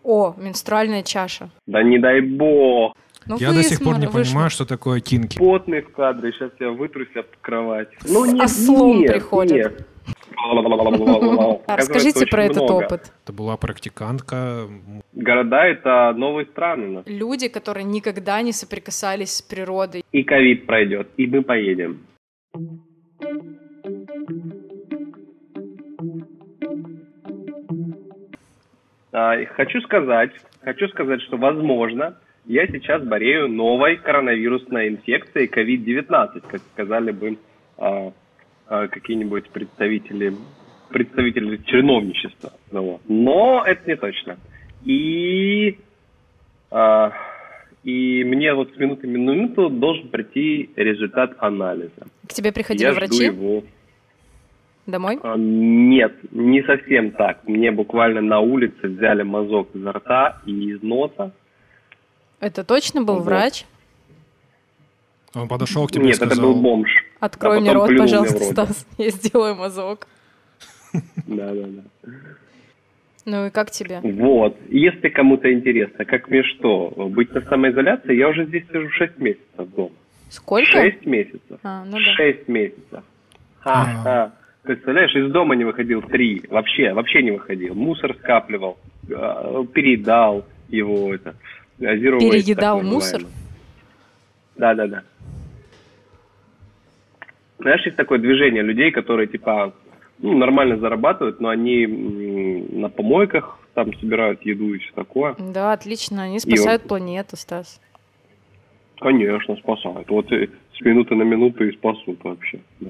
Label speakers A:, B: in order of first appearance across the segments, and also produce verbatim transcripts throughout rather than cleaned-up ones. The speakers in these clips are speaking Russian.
A: О, менструальная чаша.
B: Да не дай бог.
A: Ну,
C: Я до сих пор не
A: вышло.
C: понимаю, что такое кинки.
B: Потный в кадре, сейчас я вытрусь об кровать. Ну,
A: С
B: нет,
A: ослом
B: нет,
A: приходят.
B: нет.
A: Расскажите про
B: Очень
A: этот
B: много.
A: опыт.
C: Это была практикантка.
B: Города — это новые страны у нас.
A: Люди, которые никогда не соприкасались с природой.
B: И ковид пройдет, и мы поедем. А, Хочу сказать, хочу сказать, что, возможно, я сейчас болею новой коронавирусной инфекцией ковид девятнадцать, как сказали бы а, а, какие-нибудь представители, представители чиновничества. Ну вот. Но это не точно. И, а, и мне вот с минуты на минуту должен прийти результат анализа.
A: К тебе приходили
B: Я
A: врачи?
B: жду его.
A: Домой?
B: А, Нет, не совсем так. Мне буквально на улице взяли мазок изо рта и из носа.
A: Это точно был
B: Вот.
A: врач?
C: Он подошел к тебе и
B: Нет,
C: сказал...
B: это был бомж.
A: Открой
B: А
A: мне
B: потом
A: рот,
B: плюнул мне
A: пожалуйста,
B: в рот.
A: Стас. Я сделаю мазок.
B: Да, да, да.
A: Ну и как тебе?
B: Вот. Если кому-то интересно, как мне что, быть на самоизоляции, я уже здесь сижу шесть месяцев дома.
A: Сколько?
B: Шесть месяцев.
A: А, ну да.
B: Шесть месяцев. Ха-ха. Представляешь, из дома не выходил три. Вообще, вообще не выходил. Мусор скапливал, э, переедал его, это, zero waste,
A: Переедал
B: так
A: мусор?
B: называемый. Да, да, да. Знаешь, есть такое движение людей, которые, типа, ну, нормально зарабатывают, но они м, на помойках там собирают еду и все такое.
A: Да, отлично. Они спасают
B: вот-
A: планету, Стас.
B: Конечно, спасают. Вот и с минуты на минуту и спасут вообще. Да.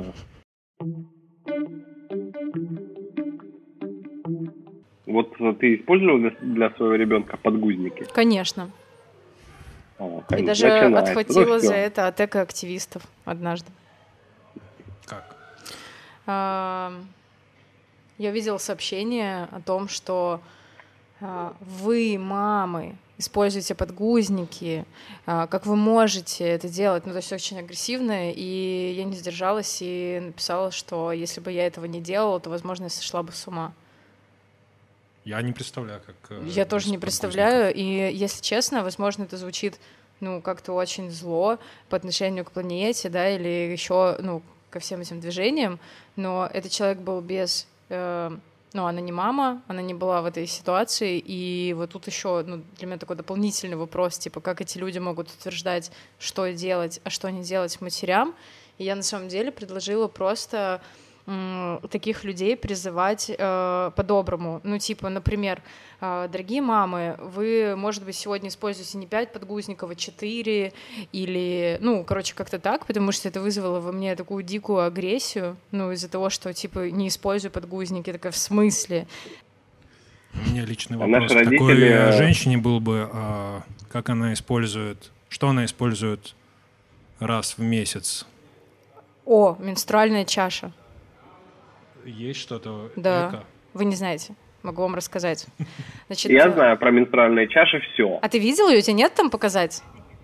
B: Вот э, ты использовал для, для своего ребенка подгузники?
A: Конечно.
B: А,
A: И
B: конечно,
A: даже
B: начинается.
A: отхватила
B: Ну, всё.
A: за это от экоактивистов однажды.
C: Как?
A: А, Я видела сообщение о том, что а, вы, мамы, используете подгузники, а, как вы можете это делать. Ну, то есть очень агрессивно, и я не сдержалась и написала, что если бы я этого не делала, то, возможно, я сошла бы с ума.
C: Я не представляю, как... э,
A: Я тоже
C: без
A: не представляю, и, если честно, возможно, это звучит, ну, как-то очень зло по отношению к планете, да, или еще, ну, ко всем этим движениям, но этот человек был без... э, ну, она не мама, она не была в этой ситуации, и вот тут еще, ну, для меня такой дополнительный вопрос, типа, как эти люди могут утверждать, что делать, а что не делать матерям, и я на самом деле предложила просто м, таких людей призывать э, по-доброму, ну, типа, например, э, дорогие мамы, вы, может быть, сегодня используете не пять подгузников, а четыре, или, ну, короче, как-то так, потому что это вызвало во мне такую дикую агрессию, ну, из-за того, что, типа, не использую подгузники, такая, в смысле?
C: У меня личный
B: А
C: вопрос.
B: наши
C: Такой
B: родители-
C: э, женщине был бы, а, как она использует, что она использует раз в месяц?
A: О, менструальная чаша.
C: Есть что-то
A: Да.
C: эко?
A: Вы не знаете. Могу вам рассказать. Значит,
B: Я
A: э,
B: знаю про менструальные чаши все.
A: А ты видел ее? У тебя нет там показать?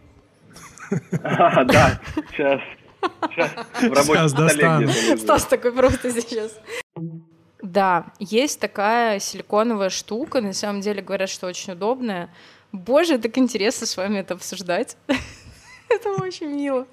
B: Да, сейчас. Сейчас в рабочем
C: Сейчас
B: столе
C: достану.
B: где-то лежит.
A: Стас такой просто сейчас. Да, есть такая силиконовая штука, на самом деле говорят, что очень удобная. Боже, так интересно с вами это обсуждать. Это очень мило.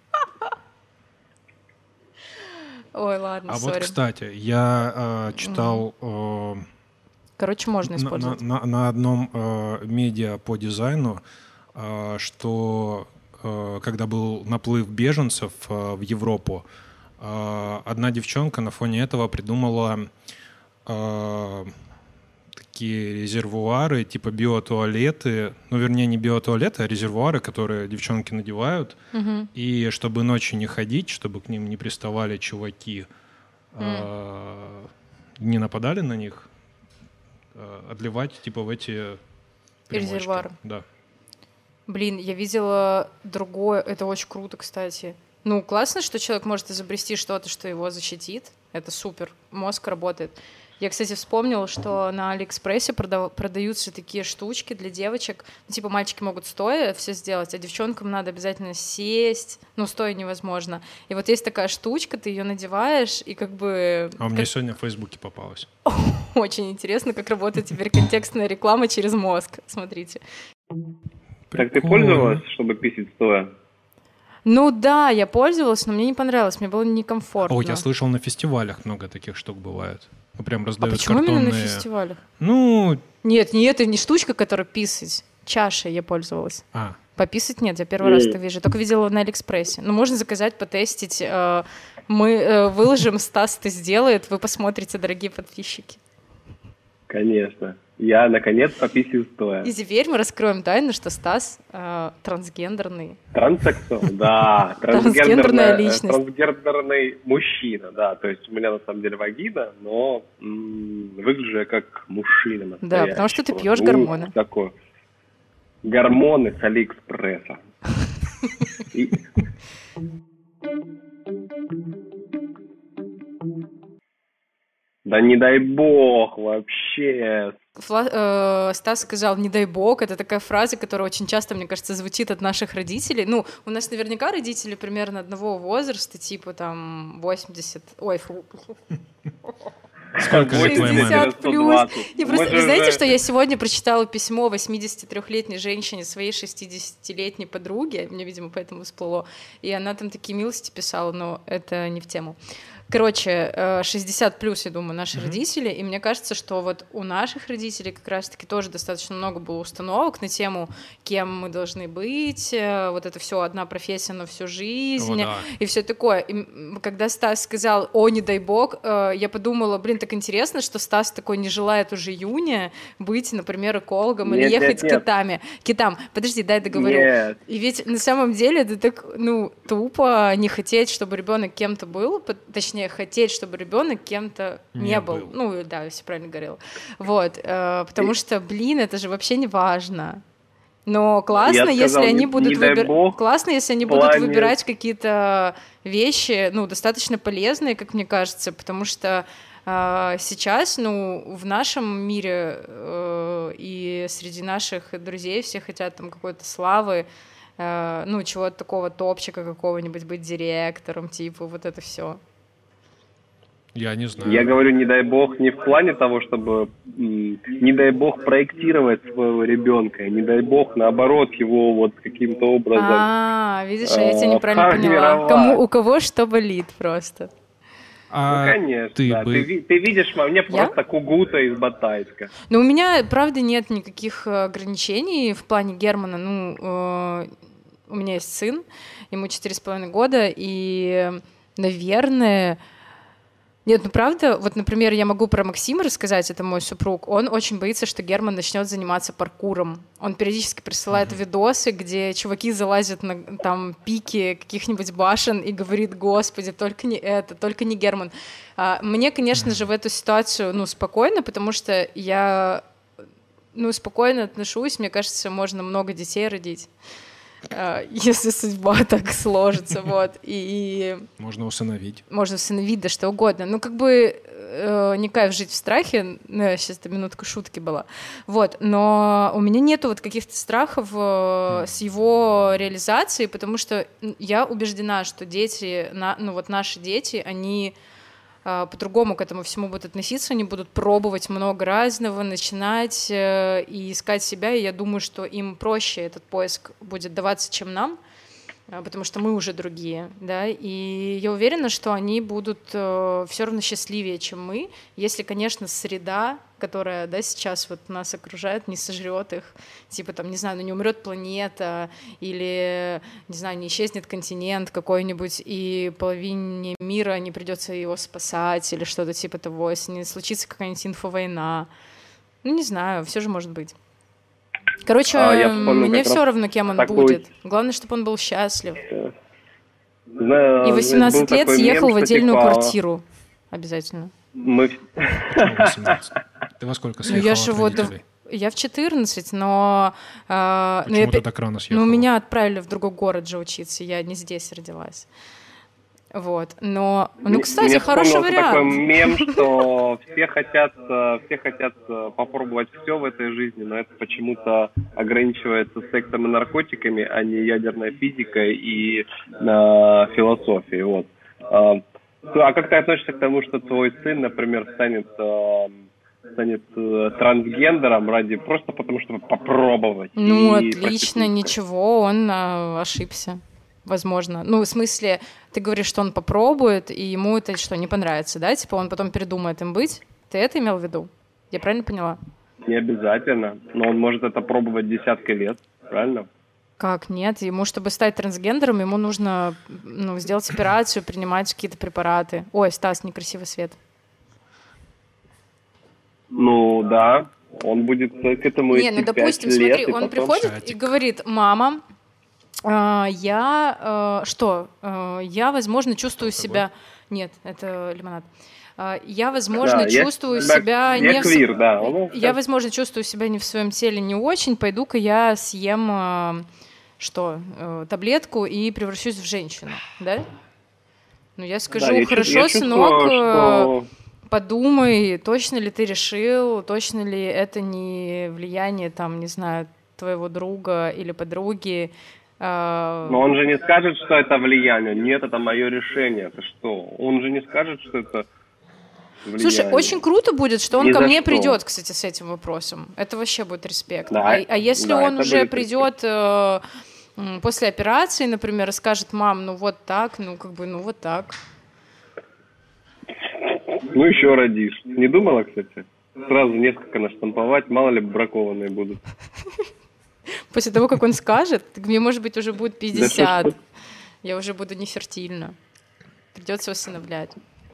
A: Ой, ладно,
C: А вот,
A: сори.
C: кстати, я э, читал э,
A: Короче, можно
C: на, на-
A: использовать.
C: на- на одном э, медиа по дизайну, э, что э, когда был наплыв беженцев э, в Европу, э, одна девчонка на фоне этого придумала э, такие резервуары, типа биотуалеты, ну, вернее, не биотуалеты, а резервуары, которые девчонки надевают,
A: Мгм.
C: и чтобы ночью не ходить, чтобы к ним не приставали чуваки, э, не нападали на них, э, отливать типа в эти примочки.
A: Резервуары.
C: Да.
A: Блин, я видела другое, это очень круто, кстати. Ну, классно, что человек может изобрести что-то, что его защитит. Это супер, мозг работает. Я, кстати, вспомнила, что на Алиэкспрессе продав... продаются такие штучки для девочек. Ну, типа мальчики могут стоя все сделать, а девчонкам надо обязательно сесть. Ну, стоя невозможно. И вот есть такая штучка, ты ее надеваешь, и как бы...
C: А у меня как... сегодня в Фейсбуке попалось.
A: Очень интересно, как работает теперь контекстная реклама через мозг. Смотрите.
B: Так ты пользовалась, чтобы писать стоя?
A: Ну да, я пользовалась, но мне не понравилось, мне было некомфортно.
C: О, я слышал, на фестивалях много таких штук бывает. Прям раздают
A: а почему
C: картонные...
A: именно на фестивалях?
C: Ну...
A: Нет, не это не штучка, которая писать. Чашей я пользовалась.
C: А.
A: Пописать нет, я первый mm. раз это вижу. Только видела на Алиэкспрессе. Ну, можно заказать, потестить. Мы выложим, Стас это сделает, вы посмотрите, дорогие подписчики.
B: Конечно. Я, наконец, пописаю стоя.
A: И теперь мы раскроем тайну, что Стас э, трансгендерный.
B: Транссексуал, да.
A: Трансгендерная личность.
B: Трансгендерный мужчина, да. То есть у меня на самом деле вагина, но м- выгляжу я как мужчина.
A: Да, потому что ты пьешь гормоны.
B: Такое. Гормоны с Алиэкспресса. Да не дай бог вообще.
A: Фла- э, Стас сказал «не дай бог». Это такая фраза, которая очень часто, мне кажется, звучит от наших родителей. Ну, у нас наверняка родители примерно одного возраста, типа там восемьдесят... Ой, фу.
C: Сколько лет твоей маме?
A: шестьдесят плюс. Я просто, вы знаете, что я сегодня прочитала письмо восьмидесятитрёхлетней женщине своей шестидесятилетней подруге, мне, видимо, поэтому всплыло, и она там такие милости писала, но это не в тему. Короче, шестьдесят плюс, я думаю, наши mm-hmm. родители, и мне кажется, что вот у наших родителей как раз-таки тоже достаточно много было установок на тему, кем мы должны быть, вот это все одна профессия на всю жизнь, oh, да. и все такое. И когда Стас сказал «О, не дай бог», я подумала, блин, так интересно, что Стас такой не желает уже июня быть, например, экологом нет, или ехать нет, с китами. Китам. Подожди, дай договорю.
B: Нет.
A: И ведь на самом деле это так, ну, тупо не хотеть, чтобы ребенок кем-то был, точнее, хотеть, чтобы ребенок кем-то не, не был. был. Ну, да, я все правильно говорила. Вот, э, потому что, блин, это же вообще не важно. Но классно, я если сказал, они будут выбирать. Классно, если они плане... будут выбирать какие-то вещи, ну, достаточно полезные, как мне кажется, потому что э, сейчас, ну, в нашем мире э, и среди наших друзей все хотят там какой-то славы, э, ну, чего-то такого топчика какого-нибудь, быть директором, типа, вот это все.
C: Я не знаю.
B: Я говорю, не дай бог, не в плане того, чтобы, не дай бог, проектировать своего ребенка, не дай бог, наоборот, его вот каким-то образом.
A: А, видишь, а я тебя неправильно поняла. Кому, у кого что болит просто.
B: А ну, конечно, ты, да. бы... ты, ты видишь, мне просто я? Кугута из Батайска.
A: Ну, у меня, правда, нет никаких ограничений в плане Германа. Ну, э, у меня есть сын, ему четыре с половиной года, и, наверное... Нет, ну правда, вот, например, я могу про Максима рассказать, это мой супруг, он очень боится, что Герман начнет заниматься паркуром. Он периодически присылает uh-huh. видосы, где чуваки залазят на там пики каких-нибудь башен и говорит: «Господи, только не это, только не Герман». А, мне, конечно uh-huh. же, в эту ситуацию, ну, спокойно, потому что я, ну, спокойно отношусь, мне кажется, можно много детей родить, если судьба так сложится, вот, и...
C: Можно усыновить.
A: Можно усыновить, да что угодно. Ну, как бы э, не кайф жить в страхе, ну, сейчас это минутка шутки была, вот, но у меня нету вот каких-то страхов э, mm. с его реализацией, потому что я убеждена, что дети, на, ну, вот наши дети, они... по-другому к этому всему будут относиться, они будут пробовать много разного, начинать э, и искать себя, и я думаю, что им проще этот поиск будет даваться, чем нам, э, потому что мы уже другие, да, и я уверена, что они будут э, все равно счастливее, чем мы, если, конечно, среда, которая, да, сейчас вот нас окружает, не сожрет их, типа там, не знаю, ну не умрет планета или, не знаю, не исчезнет континент какой-нибудь, и половине мира не придется его спасать или что-то типа того, если не случится какая-нибудь инфовойна. Ну, не знаю, все же может быть. Короче, а, мне все равно, кем он такой... будет. Главное, чтобы он был счастлив.
B: Да.
A: И восемнадцать лет съехал мем, в отдельную типа... квартиру. Обязательно.
B: Мы...
C: Ты во сколько съехала
A: ну, я
C: от
A: вот,
C: родителей?
A: Я в четырнадцать, но... Э,
C: Почему
A: ну,
C: ты
A: я,
C: так рано съехала?
A: Ну, меня отправили в другой город же учиться, я не здесь родилась. Вот, но, ну,
B: Мне-
A: кстати,
B: мне
A: хороший
B: вспомнился такой
A: вариант.
B: мем, что все хотят, э, все хотят э, попробовать все в этой жизни, но это почему-то ограничивается сексом и наркотиками, а не ядерной физикой и э, философией. Вот. А а как ты относишься к тому, что твой сын, например, станет, э, станет э, трансгендером ради просто потому, чтобы попробовать?
A: Ну,
B: и
A: отлично,
B: проституткой?
A: ничего, он а, ошибся. Возможно. Ну, в смысле, ты говоришь, что он попробует, и ему это что, не понравится, да? Типа он потом передумает им быть? Ты это имел в виду? Я правильно поняла?
B: Не обязательно, но он может это пробовать десятки лет, правильно?
A: Как нет? Ему, чтобы стать трансгендером, ему нужно ну, сделать операцию, принимать какие-то препараты. Ой, Стас, некрасивый свет.
B: Ну да, он будет к этому
A: Не,
B: идти
A: ну,
B: пять
A: допустим,
B: лет,
A: смотри,
B: и
A: он
B: потом...
A: приходит и
C: Чатик.
A: говорит: мама, а, я а, что? А, я, возможно, чувствую
C: С тобой?
A: себя... Нет, это лимонад. А, Я, возможно,
B: Да, я
A: чувствую
B: себя-
A: себя
B: я
A: не в с-
B: квир, да, он
A: Я,
B: скажет.
A: возможно, чувствую себя не в своем теле не очень. Пойду-ка я съем а, что? э, Таблетку и превращусь в женщину, да? Ну, я
B: Да,
A: скажу:
B: я чувс-
A: хорошо,
B: я
A: сынок,
B: чувствую,
A: э,
B: что...
A: подумай, точно ли ты решил, точно ли это не влияние, там, не знаю, твоего друга или подруги. а,
B: Но он же не скажет, что это влияние. Нет, это мое решение. Это что? Он же не скажет, что это влияние.
A: Слушай, очень круто будет, что он
B: Ни
A: ко
B: за
A: мне
B: что.
A: придет, кстати, с этим вопросом. Это вообще будет респект.
B: Да,
A: А, а если
B: да,
A: он
B: это
A: уже
B: будет
A: придет э, м, после операции, например, и скажет: мам, ну вот так, ну как бы, ну вот так.
B: Ну еще родишь. Не думала, кстати? Сразу несколько наштамповать, мало ли бракованные будут.
A: После того, как он скажет, так мне, может быть, уже будет
B: Да
A: пятьдесят.
B: что ж
A: Я уже буду нефертильна. Придется усыновлять.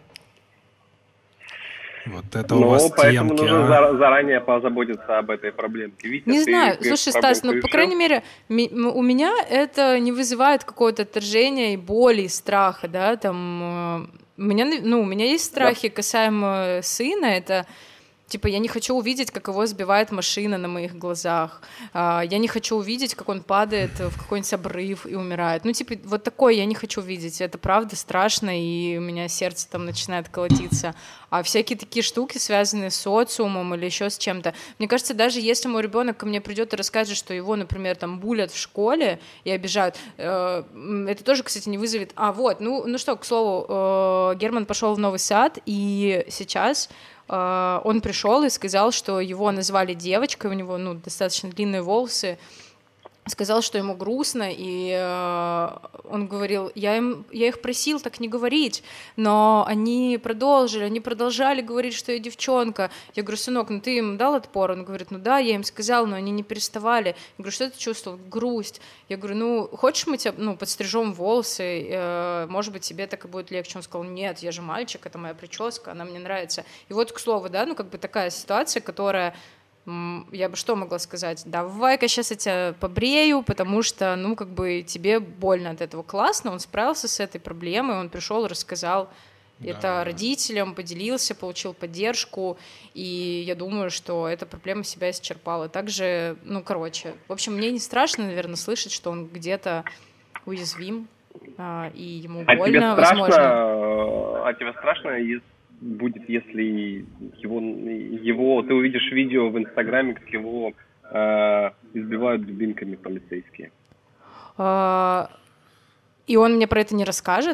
C: Вот это у
B: Ну,
C: вас
B: поэтому
C: темки,
B: нужно
C: а?
B: зара- заранее позаботиться об этой проблемке. Витя,
A: Не
B: ты
A: знаю,
B: эту
A: слушай, Стас, ну,
B: проблемку
A: по
B: решил?
A: крайней мере, ми- м- у меня это не вызывает какого-то отторжения и боли, и страха, да, там, э, у меня, ну, у меня есть страхи касаемо сына, это, типа, я не хочу увидеть, как его сбивает машина на моих глазах, а, я не хочу увидеть, как он падает в какой-нибудь обрыв и умирает, ну, типа, вот такое я не хочу видеть, это правда страшно, и у меня сердце там начинает колотиться. А всякие такие штуки, связанные с социумом или еще с чем-то. Мне кажется, даже если мой ребенок ко мне придет и расскажет, что его, например, там булят в школе и обижают, э, м, это тоже, кстати, не вызовет. А вот, ну, ну что, к слову, э, Герман пошел в Новый Сад, и сейчас э, он пришел и сказал, что его назвали девочкой, у него, ну, достаточно длинные волосы. Сказал, что ему грустно, и э, он говорил: я, им, я их просил так не говорить, но они продолжили, они продолжали говорить, что я девчонка. Я говорю: сынок, ну ты им дал отпор? Он говорит: ну да, я им сказал, но они не переставали. Я говорю: что ты чувствовал? Грусть. Я говорю: ну, хочешь, мы тебя, ну, подстрижем волосы, э, может быть, тебе так и будет легче. Он сказал: нет, я же мальчик, это моя прическа, она мне нравится. И вот, к слову, да, ну, как бы такая ситуация, которая... Я бы что могла сказать? Давай-ка сейчас я тебя побрею, потому что, ну, как бы тебе больно от этого. Классно, он справился с этой проблемой, он пришел, рассказал
C: Да,
A: это
C: да.
A: родителям, поделился, получил поддержку, и я думаю, что эта проблема себя исчерпала. Также, ну, короче, в общем, мне не страшно, наверное, слышать, что он где-то уязвим, а, и ему
B: А тебе
A: больно,
B: страшно,
A: возможно.
B: э, а тебе страшно ес- будет, если его, его, ты увидишь видео в Инстаграме, как его э, избивают дубинками полицейские?
A: А, И он мне про это не расскажет?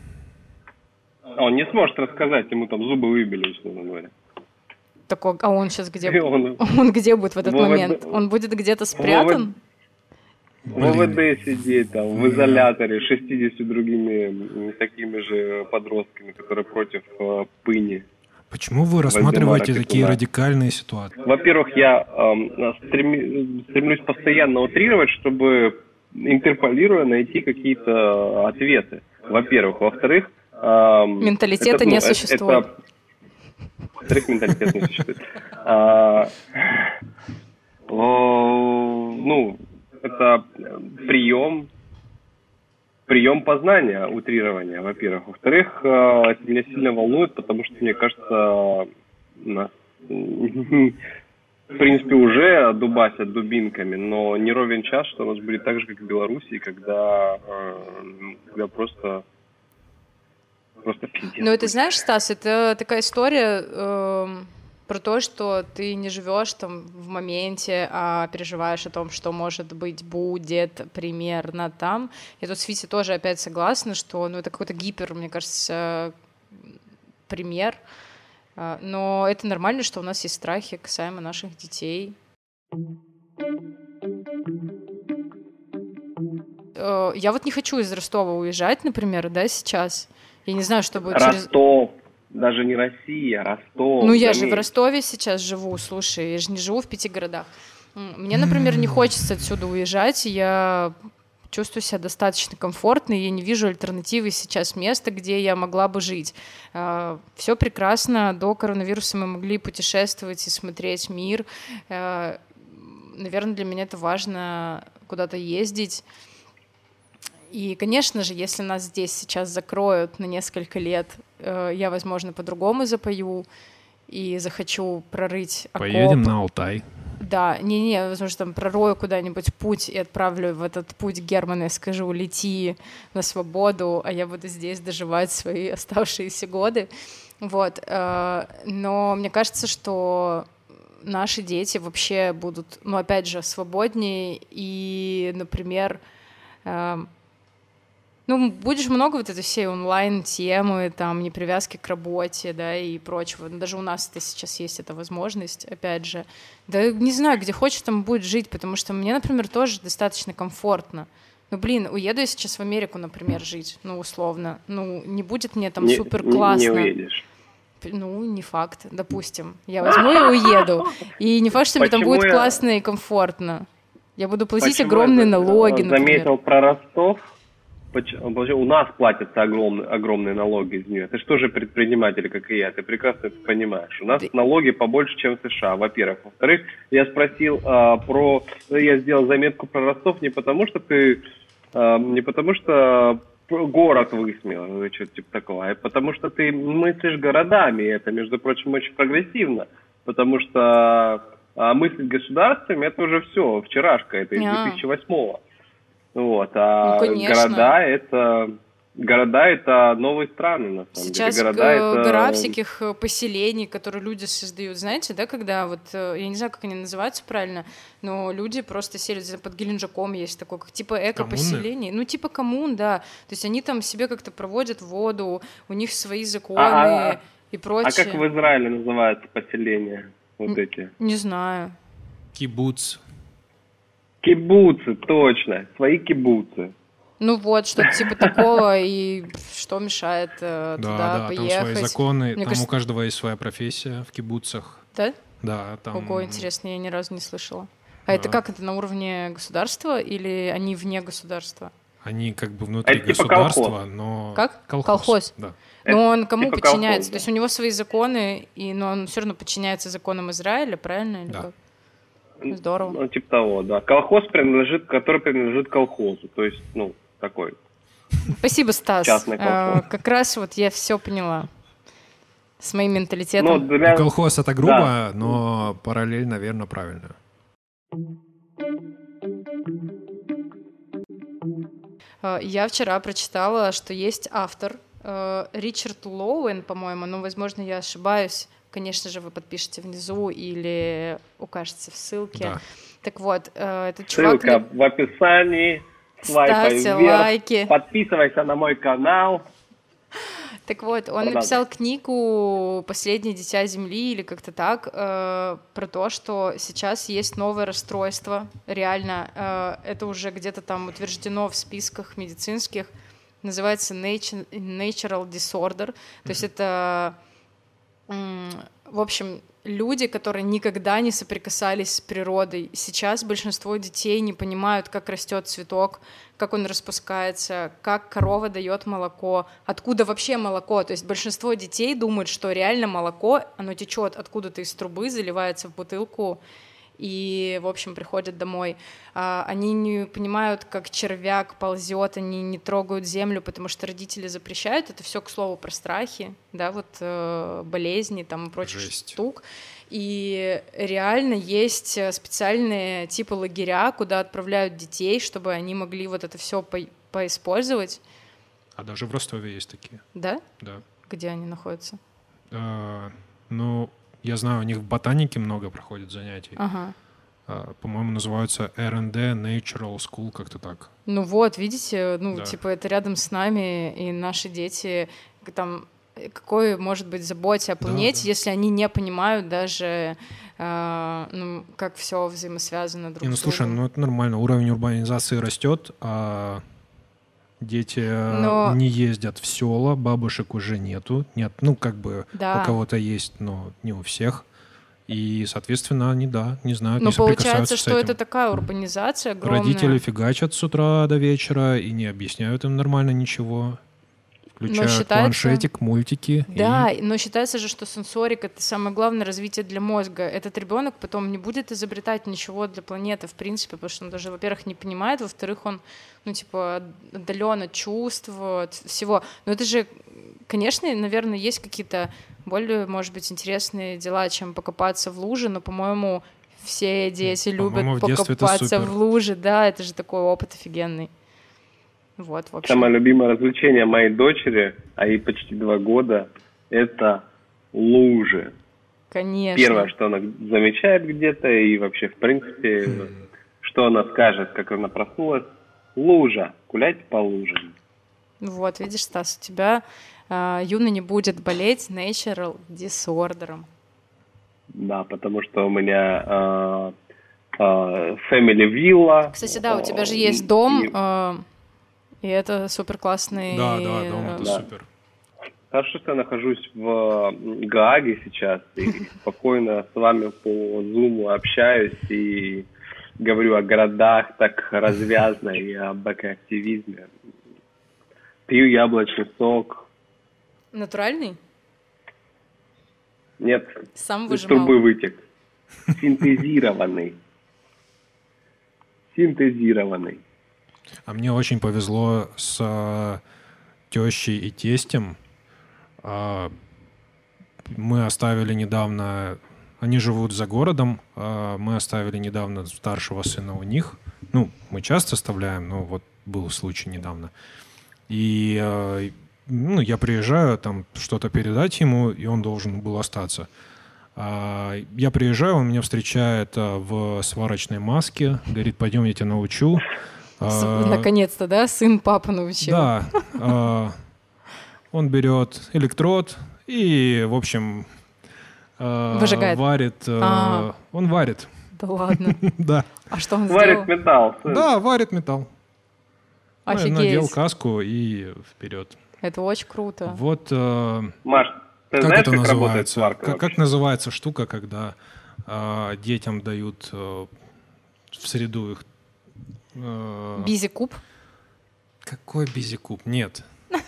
B: Он не сможет рассказать, ему там зубы выбили, условно говоря.
A: Такой, а он сейчас где?
B: И он-
A: Он где будет в этот
B: в ОВД
A: момент? Он будет где-то спрятан?
B: В ОВД сидеть, там, в изоляторе с шестьюдесятью другими м, такими же подростками, которые против э, пыни.
C: Почему вы рассматриваете
B: Вальдемара
C: такие
B: Петуна.
C: радикальные ситуации?
B: Во-первых, я эм, стреми- стремлюсь постоянно утрировать, чтобы, интерполируя, найти какие-то ответы. Во-первых. Во-вторых... эм,
A: Менталитета
B: это,
A: не
B: ну, это-
A: существует.
B: это- Во-вторых, менталитет не существует. А, о, ну, это прием, прием познания, утрирования, во-первых. Во-вторых, э, это меня сильно волнует, потому что, мне кажется, нас, в принципе, уже дубасят дубинками, но не ровен час, что у нас будет так же, как в Белоруссии, когда, э, когда просто Просто пиздец.
A: Ну, это знаешь, Стас, это такая история э, про то, что ты не живешь там в моменте, а переживаешь о том, что, может быть, будет примерно там. Я тут с Витей тоже опять согласна, что ну, это какой-то гипер, мне кажется, пример. Но это нормально, что у нас есть страхи касаемо наших детей. Я вот не хочу из Ростова уезжать, например, да, сейчас. Я не знаю, что будет через...
B: Ростов, даже не Россия, Ростов.
A: Ну, я же в Ростове сейчас живу, слушай, я же не живу в пяти городах. Мне, например, не хочется отсюда уезжать, я чувствую себя достаточно комфортно, и я не вижу альтернативы сейчас места, где я могла бы жить. Все прекрасно, до коронавируса мы могли путешествовать и смотреть мир. Наверное, для меня это важно куда-то ездить. И, конечно же, если нас здесь сейчас закроют на несколько лет, я, возможно, по-другому запою и захочу прорыть окоп.
C: Поедем на Алтай.
A: Да, не-не, возможно, там пророю куда-нибудь путь и отправлю в этот путь Германа и скажу: лети на свободу, а я буду здесь доживать свои оставшиеся годы. Вот. Но мне кажется, что наши дети вообще будут, ну, опять же, свободнее и, например, ну, будешь много вот этой всей онлайн-темы, там, непривязки к работе, да, и прочего. Но даже у нас это сейчас есть эта возможность, опять же. Да не знаю, где хочешь, там будет жить, потому что мне, например, тоже достаточно комфортно. Ну, блин, уеду я сейчас в Америку, например, жить, ну, условно. Ну, не будет мне там
B: не,
A: супер классно.
B: Не, не уедешь.
A: Ну, не факт, допустим. Я возьму и уеду. И не факт, что мне там будет я... классно и комфортно. Я буду платить Почему огромные я налоги,
B: заметил
A: например.
B: Заметил про Ростов. У нас платятся огромные, огромные налоги из нее. Ты же тоже предприниматель, как и я, ты прекрасно это понимаешь. У нас да. налоги побольше, чем в США, во-первых. Во-вторых, я спросил а, про... Я сделал заметку про Ростов не потому, что ты... А, не потому, что город высмеял, или что-то типа такого, а потому что ты мыслишь городами, и это, между прочим, очень прогрессивно. Потому что а, мыслить государствами — это уже все, вчерашка, это из две тысячи восьмого. Вот, а ну, города это города это новые страны, на самом
A: Сейчас
B: деле. Города
A: это... гора
B: это...
A: всяких поселений, которые люди создают. Знаете, да, когда вот, я не знаю, как они называются правильно, но люди просто сели, под Геленджиком есть такое, как типа эко-поселение. Ну, типа коммун, да. То есть они там себе как-то проводят воду, у них свои законы
B: а,
A: и прочее.
B: А как в Израиле называются поселения вот
A: Н-
B: эти?
A: Не знаю.
C: Кибуц.
B: Кибуцы, точно, свои кибуцы.
A: Ну вот, что-то типа такого, и что мешает э,
C: да,
A: туда
C: да,
A: поехать?
C: Там свои законы, Мне там
A: кажется...
C: у каждого есть своя профессия в кибуцах.
A: Да?
C: Да, там...
A: Ого, интересно, я ни разу не слышала. А да. это как, это на уровне государства или они вне государства?
C: Они как бы внутри
B: это типа
C: государства,
B: колхоз.
C: но...
A: Как?
C: Колхоз.
A: Колхоз.
C: Да.
A: Но он кому
B: типа
A: подчиняется?
B: колхоз, да.
A: То есть у него свои законы, и, но он все равно подчиняется законам Израиля, правильно? Или
C: да.
A: как? Здорово.
B: Ну, типа того, да. Колхоз принадлежит, который принадлежит колхозу. То есть, ну, такой.
A: Спасибо, Стас.
B: Частный колхоз.
A: А, как раз вот я все поняла. С моим менталитетом.
B: Ну, для...
C: ну, колхоз это грубо,
B: да.
C: но параллель, наверное, правильно.
A: Я вчера прочитала, что есть автор Ричард Лоуэн, по-моему, но, возможно, я ошибаюсь. Конечно же, вы подпишете внизу или укажете в ссылке.
C: Да.
A: Так вот, этот чувак...
B: Ссылка в описании.
A: Ставьте лайки.
B: Подписывайся на мой канал.
A: Так вот, он написал книгу «Последнее дитя Земли» или как-то так, э, про то, что сейчас есть новое расстройство. Реально, э, это уже где-то там утверждено в списках медицинских. Называется natural disorder. То есть это... В общем, люди, которые никогда не соприкасались с природой. Сейчас большинство детей не понимают, как растет цветок, как он распускается, как корова дает молоко, откуда вообще молоко. То есть большинство детей думают, что реально молоко, оно течет откуда-то из трубы, заливается в бутылку и, в общем, приходят домой. Они не понимают, как червяк ползет, они не трогают землю, потому что родители запрещают. Это все, к слову, про страхи, да, вот болезни там и прочих
C: Жесть.
A: штук. И реально есть специальные типа лагеря, куда отправляют детей, чтобы они могли вот это все по- поиспользовать.
C: А даже в Ростове есть такие.
A: Да?
C: Да.
A: Где они находятся?
C: А, ну, я знаю, у них в ботанике много проходит занятий.
A: Ага.
C: А, по-моему, называются эр энд ди, Natural School, как-то так.
A: Ну вот, видите, ну,
C: Да.
A: типа, это рядом с нами, и наши дети, там, какой может быть заботе о планете,
C: Да, да.
A: если они не понимают даже, э, ну, как все взаимосвязано друг
C: Не, ну
A: с
C: слушай,
A: другом.
C: ну это нормально. Уровень урбанизации растет, а дети
A: Но-
C: не ездят в села, бабушек уже нету. Нет, ну как бы
A: Да.
C: у кого-то есть, но не у всех. И, соответственно, они, да, не знают,
A: Но
C: не соприкасаются
A: получается,
C: с
A: что
C: этим.
A: это такая урбанизация огромная.
C: Родители фигачат с утра до вечера и не объясняют им нормально ничего. Включают
A: считается-
C: планшетик, мультики.
A: Да,
C: и-
A: но считается же, что сенсорик — это самое главное развитие для мозга. Этот ребенок потом не будет изобретать ничего для планеты, в принципе, потому что он даже, во-первых, не понимает, во-вторых, он, ну, типа, отдаленно чувствует всего. Но это же, конечно, наверное, есть какие-то более, может быть, интересные дела, чем покопаться в луже, но, по-моему, все дети
C: По-моему,
A: любят
C: в детстве это
A: покопаться
C: супер.
A: в луже, да, это же такой опыт офигенный. Вот, в общем.
B: Самое любимое развлечение моей дочери, а ей почти два года, это лужи.
A: Конечно.
B: Первое, что она замечает где-то, и вообще, в принципе, что она скажет, как она проснулась, лужа, гулять по лужам.
A: Вот, видишь, Стас, у тебя э, Юна не будет болеть natural disorder.
B: Да, потому что у меня э, э, family villa.
A: Кстати, да, у тебя же
B: э,
A: есть дом,
B: и-
A: э, и это супер классный.
C: Да, да, дом это
B: Да.
C: супер.
B: Хорошо, что я нахожусь в Гааге сейчас и спокойно с вами по Zoom общаюсь и говорю о городах так развязно и об экоактивизме. Пью яблочный сок.
A: Натуральный?
B: Нет,
A: Сам
B: из
A: выжимал.
B: трубы вытек. Синтезированный. Синтезированный.
C: А мне очень повезло с э, тещей и тестем. А, мы оставили недавно... Они живут за городом. а мы оставили недавно старшего сына у них. Ну, мы часто оставляем, но вот был случай недавно. И э, ну, я приезжаю там что-то передать ему, и он должен был остаться. А, я приезжаю, он меня встречает а, в сварочной маске. Говорит, пойдем, я тебя научу.
A: С-
C: А,
A: Наконец-то, да, сын папу научил.
C: Да. а, Он берет электрод и, в общем, а,
A: Выжигает.
C: варит. а,
A: А.
C: Он варит.
A: Да ладно.
C: Да.
A: А что он
B: Варит
A: сделал?
B: металл. сын.
C: Да, варит металл. Ну, я надел
A: Офигеть.
C: каску и вперед.
A: Это очень круто.
C: Вот э,
B: Маш, ты
C: как
B: знаешь,
C: это
B: как работает
C: называется?
B: сварка
C: Как, как
B: вообще?
C: называется штука, когда э, детям дают э, в среду их... э,
A: Бизи-куб?
C: Какой бизикуб? Нет.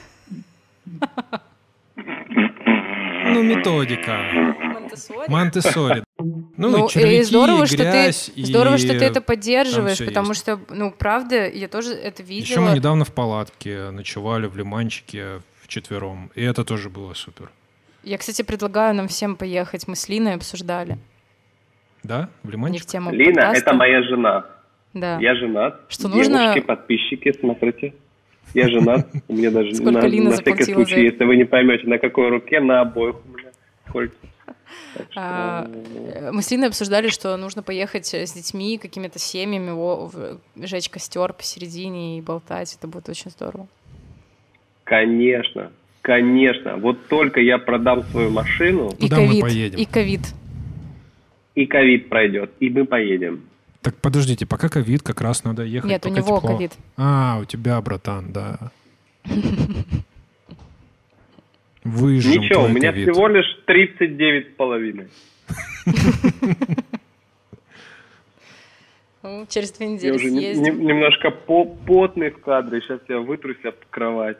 C: Ну, методика. Монтессори. Ну,
A: Ну,
C: и червяки,
A: и здорово,
C: и
A: что ты,
C: грязь, и
A: здорово, что ты это поддерживаешь,
C: всё
A: потому
C: есть.
A: что, ну, правда, я тоже это
C: Еще
A: видела.
C: мы недавно в палатке ночевали в Лиманчике вчетвером, и это тоже было супер.
A: Я, кстати, предлагаю нам всем поехать. Мы с Линой обсуждали.
C: Да? В
A: Не в
C: Лиманчик?
A: тему
B: Лина,
A: подкаста.
B: это моя жена.
A: Да.
B: Я женат.
A: Что
B: Девушки,
A: нужно-
B: подписчики, смотрите. Я женат. У меня даже
A: Сколько
B: на,
A: Лина
B: на всякий
A: заплатила
B: случай,
A: за это?
B: если вы не поймете, на какой руке, на обоих у меня кольца. Так что,
A: А, э, Мы с Линой обсуждали, что нужно поехать с детьми, какими-то семьями, во- в- жечь костер посередине и болтать. Это будет очень здорово.
B: Конечно, конечно. Вот только я продам свою машину,
A: И
C: Куда мы
A: ковид.
C: поедем?
A: И ковид.
B: и ковид пройдет, и мы поедем.
C: Так подождите, пока ковид, как раз надо ехать.
A: Нет, у
C: пока
A: него
C: тепло.
A: ковид.
C: А, у тебя, братан, да. Выжжем
B: Ничего, у
C: твой
B: меня
C: ковид.
B: всего лишь тридцать девять с половиной.
A: Ну, через две
B: Я
A: недели
B: уже не-
A: съездим.
B: не- немножко по- потный в кадре. Сейчас я вытрусь об кровать.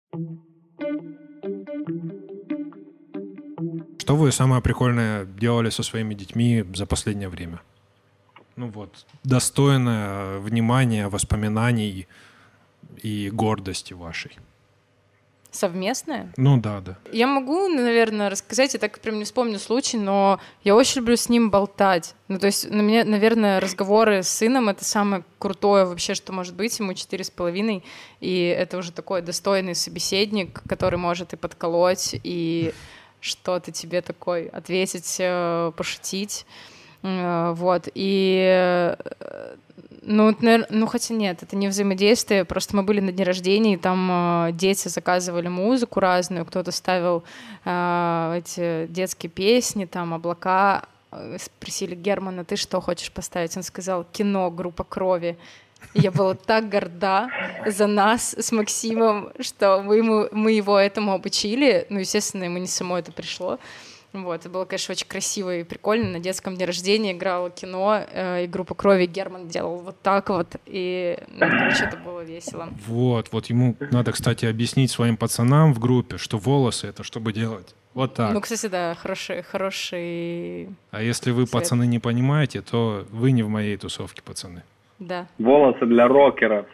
C: Что вы самое прикольное делали со своими детьми за последнее время? Ну вот, достойное внимания, воспоминаний и гордости вашей.
A: совместное?
C: Ну да, да.
A: Я могу, наверное, рассказать, я так прям не вспомню случай, но я очень люблю с ним болтать. Ну, то есть, на меня, наверное, разговоры с сыном — это самое крутое вообще, что может быть. Ему четыре с половиной, и это уже такой достойный собеседник, который может и подколоть, и что-то тебе такое ответить, пошутить. Вот, и... Ну, наверное, ну, хотя нет, это не взаимодействие, просто мы были на дне рождения, и там э, дети заказывали музыку разную, кто-то ставил э, эти детские песни, там, облака. Спросили Германа: ты что хочешь поставить? Он сказал: кино, группа Крови. И я была так горда за нас с Максимом, что мы, ему, мы его этому обучили. Ну, естественно, ему не само это пришло. Вот, это было, конечно, очень красиво и прикольно. На детском дне рождения играло кино, э, и группа Крови, Герман делал вот так вот, и, ну, короче, это было весело.
C: Вот, вот ему надо, кстати, объяснить своим пацанам в группе, что волосы — это чтобы делать вот так.
A: Ну, кстати, да, хороший, хороший
C: А если вы,
A: совет.
C: Пацаны, не понимаете, то вы не в моей тусовке, пацаны.
A: Да.
B: Волосы для рокеров.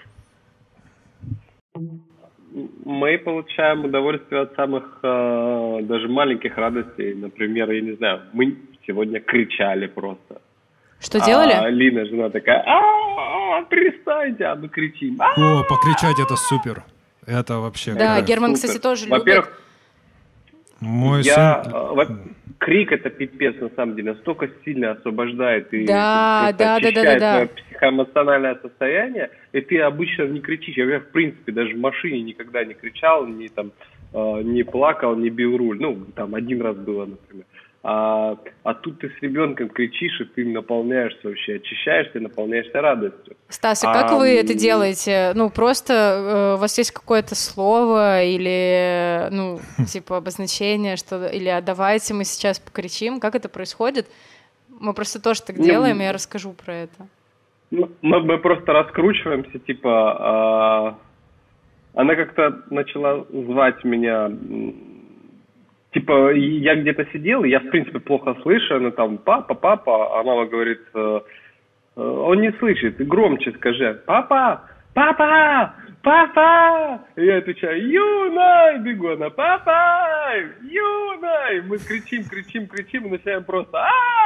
B: Мы получаем удовольствие от самых э, даже маленьких радостей. Например, я не знаю, мы сегодня кричали просто.
A: Что делали?
B: А Лина, жена, такая: а перестаньте, а мы кричим.
C: О, покричать — это супер. Это вообще...
A: Да,
C: кайф.
A: Герман,
B: Супер.
A: кстати, тоже любит.
B: Во-первых,
C: Мой
B: я,
C: сын...
B: э, во- крик — это пипец, на самом деле, настолько сильно освобождает и
A: Да,
B: просто
A: да, да, да,
B: очищает
A: да, да.
B: твое психоэмоциональное состояние, и ты обычно не кричишь. Я, в принципе, даже в машине никогда не кричал, не, там, э, не плакал, не бил руль. Ну, там один раз было, например. А, а тут ты с ребенком кричишь, и ты наполняешься вообще, очищаешься, наполняешься радостью.
A: Стас, а как
B: А,
A: вы
B: м,
A: это делаете? Ну, просто э, у вас есть какое-то слово или, ну, типа обозначение, что или «а давайте мы сейчас покричим». Как это происходит? Мы просто тоже так
B: Ну,
A: делаем, и я расскажу про это.
B: Ну, мы, мы просто раскручиваемся, типа, а, она как-то начала звать меня, м, типа, я где-то сидел, и я, в принципе, плохо слышу, она там: папа, папа, а мама говорит: э, э, он не слышит, ты громче скажи: папа, папа, папа. И я отвечаю: Юнай, бегу, она: папа, Юнай. Мы кричим, кричим, кричим, и начинаем просто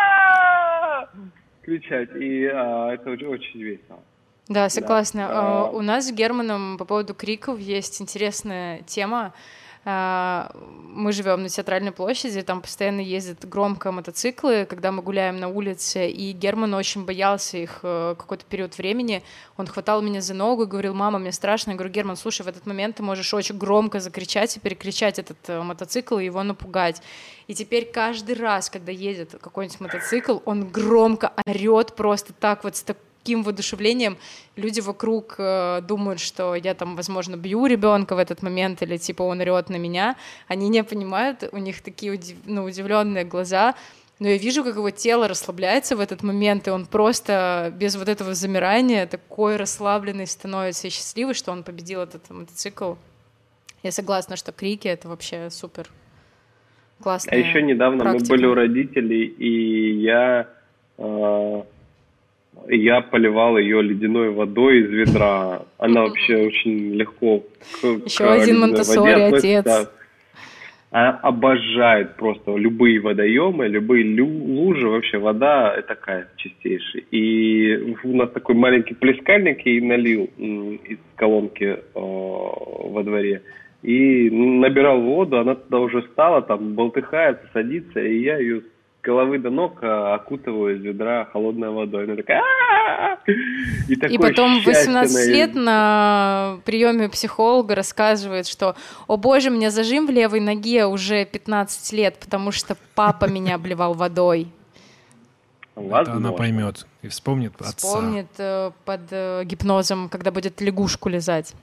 B: а кричать, и а, это очень, очень весело.
A: Да, согласна.
B: Да.
A: А, У нас с Германом по поводу криков есть интересная тема. А, Мы живем на Театральной площади, там постоянно ездят громко мотоциклы, когда мы гуляем на улице, и Герман очень боялся их э, какой-то период времени. Он хватал меня за ногу и говорил: мама, мне страшно. Я говорю: Герман, слушай, в этот момент ты можешь очень громко закричать и перекричать этот э, мотоцикл и его напугать. И теперь каждый раз, когда едет какой-нибудь мотоцикл, он громко орет просто так вот, с таким воодушевлением. Люди вокруг э, думают, что я там, возможно, бью ребенка в этот момент, или типа он орет на меня. Они не понимают, у них такие удив... ну, удивленные глаза. Но я вижу, как его тело расслабляется в этот момент, и он просто без вот этого замирания такой расслабленный становится и счастливый, что он победил этот мотоцикл. Я согласна, что крики — это вообще супер классная
B: А еще недавно
A: практика.
B: мы были у родителей, и я... Э, Я поливал ее ледяной водой из ведра. Она вообще очень легко к,
A: Еще
B: к
A: один
B: ледяной
A: Монтессори
B: воде
A: отец.
B: относится. Она обожает просто любые водоемы, любые лю- лужи. Вообще вода — это кайф чистейший. И у нас такой маленький плескальник ей налил м, из колонки э, во дворе. И набирал воду, она туда уже стала, там болтыхается, садится, и я ее с головы до ног окутываю из ведра холодной водой. Она такая: «А-а-а!» И такое
A: И потом в восемнадцать
B: счастье на-
A: лет на приеме психолога рассказывает, что: о боже, у меня зажим в левой ноге уже пятнадцать лет, потому что папа меня обливал водой.
C: Это
B: Возможно.
C: она поймет и вспомнит отца.
A: Вспомнит э, под э, гипнозом, когда будет лягушку лизать.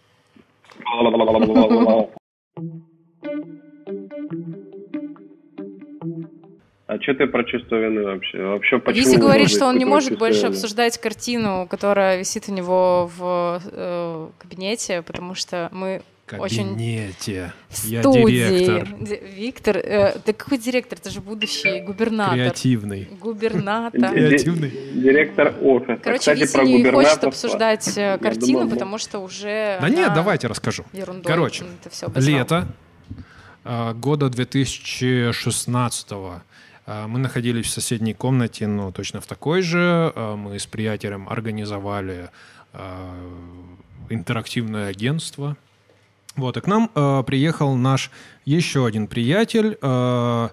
B: А что ты про чувство вины вообще? Вообще почему?
A: Витя
B: вы
A: говорит,
B: должны
A: что он не
B: испытывать
A: может
B: чувство
A: больше
B: вины?
A: обсуждать картину, которая висит у него в э, кабинете, потому что мы
C: кабинете.
A: Очень...
C: Я
A: студии.
C: директор.
A: Д- Виктор, э, да какой директор? Это же будущий губернатор.
C: Креативный.
A: Губернатор.
C: Креативный.
B: Директор офиса.
A: Короче,
B: Кстати,
A: Витя
B: про
A: не хочет
B: губернаторство.
A: обсуждать э, картину,
B: думал,
A: потому что уже
C: Да
A: она
C: нет, давайте расскажу.
A: ерундой
C: Короче,
A: это всё обозвал.
C: лето э, года две тысячи шестнадцатого. Э, мы находились в соседней комнате, ну, точно в такой же. Э, мы с приятелем организовали э, интерактивное агентство. Вот, и к нам э, приехал наш еще один приятель э,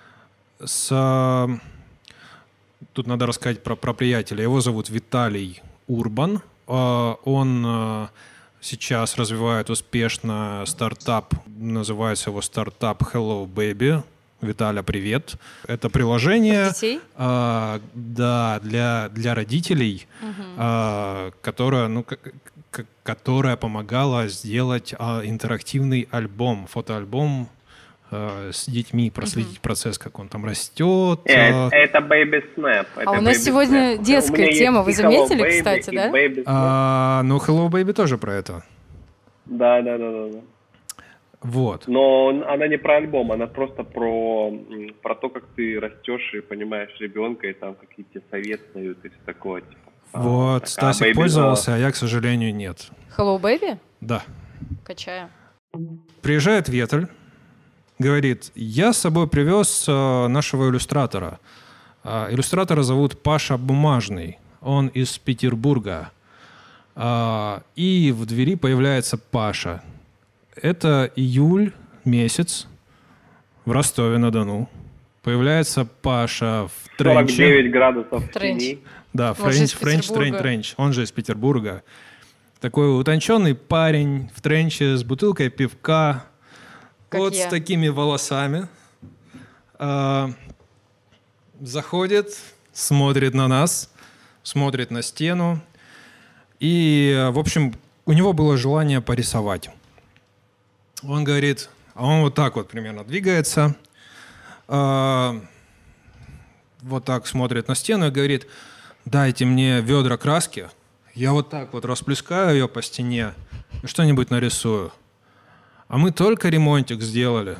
C: с... Тут надо рассказать про, про приятеля. Его зовут Виталий Урбан. Э, он э, сейчас развивает успешно стартап. Называется его стартап Hello Baby. Виталя, привет. Это приложение...
A: Для детей?
C: Э, да, для, для родителей,
A: Угу.
C: э, которое... Ну, к- к- которая помогала сделать а, интерактивный альбом, фотоальбом э, с детьми, проследить
A: Мгм.
C: процесс, как он там растет.
B: Э,
C: э.
B: Это Baby Snap.
A: А
B: это
A: у нас
B: Baby
A: сегодня
B: Snap.
A: детская
B: У меня есть
A: тема, вы
B: и Hello
A: заметили,
B: Baby,
A: кстати,
B: и
A: да?
B: Baby Snap.
C: А, ну, Hello Baby тоже про это.
B: Да, да, да, да, да.
C: Вот.
B: Но она не про альбом, она просто про, м, про то, как ты растешь и понимаешь ребенка, и там какие тебе советы дают и все такое. Типа. А,
C: Вот,
B: так, а
C: Стасик
B: Baby-
C: пользовался, а я, к сожалению, нет.
A: Hello, baby?
C: Да.
A: Качаю.
C: Приезжает Ветель, говорит, я с собой привез э, нашего иллюстратора. А, иллюстратора зовут Паша Бумажный, он из Петербурга. А, и в двери появляется Паша. Это июль месяц в Ростове-на-Дону. Появляется Паша в
B: сорок
C: тренче.
B: девять градусов в
A: Тренч.
B: тени.
C: Да,
A: Он же
C: френч,
A: из
C: френч, тренч,
A: Петербурга.
C: тренч. Он же из Петербурга. Такой утонченный парень в тренче с бутылкой пивка.
A: Как
C: вот
A: я.
C: с такими волосами. А, заходит, смотрит на нас, смотрит на стену. И, в общем, у него было желание порисовать. Он говорит, а он вот так вот примерно двигается, а, вот так смотрит на стену и говорит, дайте мне ведра краски, я вот так вот расплескаю ее по стене и что-нибудь нарисую. А мы только ремонтик сделали.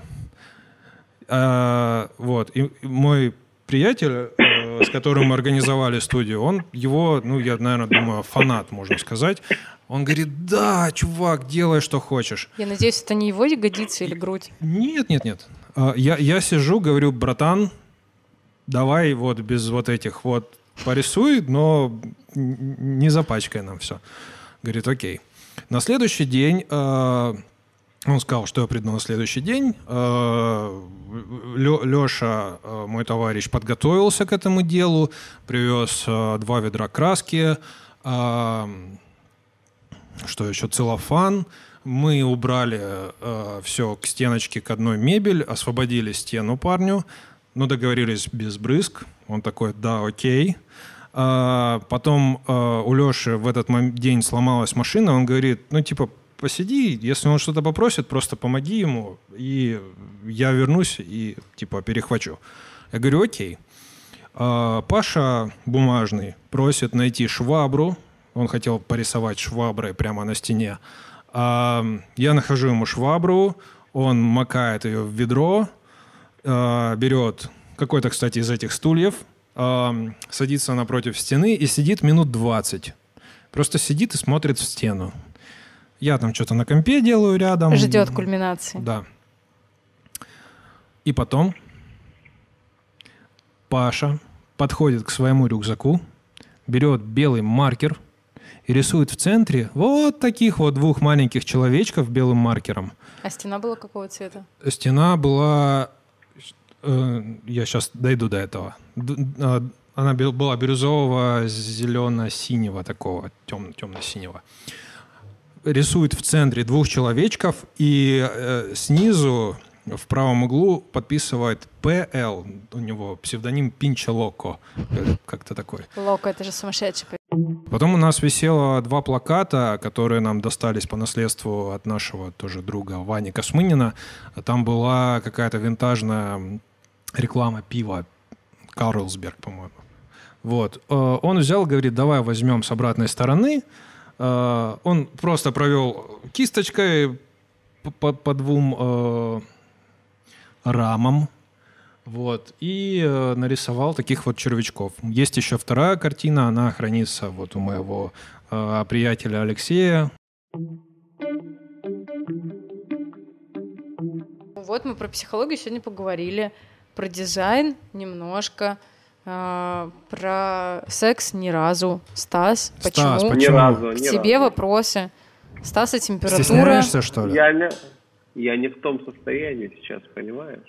C: А, вот, и мой приятель, э, с которым мы организовали студию, он его, ну, я, наверное, думаю, фанат, можно сказать. Он говорит, да, чувак, делай, что хочешь.
A: Я надеюсь, это не его ягодицы или грудь.
C: Нет, нет, нет. А, Я, я сижу, говорю, братан, давай вот без вот этих вот порисуй, но н- не запачкай нам все. Говорит, окей. На следующий день э, он сказал, что я приду на следующий день. Э, Лё- Леша, э, мой товарищ, подготовился к этому делу, привез э, два ведра краски, э, что еще, целлофан. Мы убрали э, все к стеночке, к одной мебель, освободили стену парню, но договорились без брызг. Он такой, да, окей. А, потом э, у Леши в этот мом- день сломалась машина, он говорит, ну типа, посиди, если он что-то попросит, просто помоги ему, и я вернусь и типа перехвачу. Я говорю, окей. А, Паша Бумажный просит найти швабру, он хотел порисовать шваброй прямо на стене. А, я нахожу ему швабру, он макает ее в ведро, а, берет какой-то, кстати, из этих стульев, а, садится напротив стены и сидит минут двадцать. Просто сидит и смотрит в стену. Я там что-то на компе делаю рядом.
A: Ждет кульминации.
C: Да. И потом Паша подходит к своему рюкзаку, берет белый маркер и рисует в центре вот таких вот двух маленьких человечков белым маркером.
A: А стена была какого цвета?
C: Стена была... э, я сейчас дойду до этого. Д- э, она бе- была бирюзового, зелено-синего такого, тем- темно-синего. Рисует в центре двух человечков и э, снизу в правом углу подписывает пэ эл. У него псевдоним Пинча Локо. Э, Как-то такой.
A: Локо, это же сумасшедший.
C: Потом у нас висело два плаката, которые нам достались по наследству от нашего тоже друга Вани Космынина. Там была какая-то винтажная реклама пива Карлсберг, по-моему. Вот. Э, Он взял, говорит, давай возьмем с обратной стороны. Э, Он просто провел кисточкой по, по двум э, рамам. Вот, и э, нарисовал таких вот червячков. Есть еще вторая картина, она хранится вот у моего э, приятеля Алексея.
A: Вот мы про психологию сегодня поговорили, про дизайн немножко, э, про секс ни разу. Стас,
C: Стас,
A: почему?
C: почему?
B: Ни разу,
A: К
B: ни
A: тебе
B: разу.
A: вопросы. Стаса температура.
C: Стесняешься, что ли?
B: Я не, я не в том состоянии сейчас, понимаешь?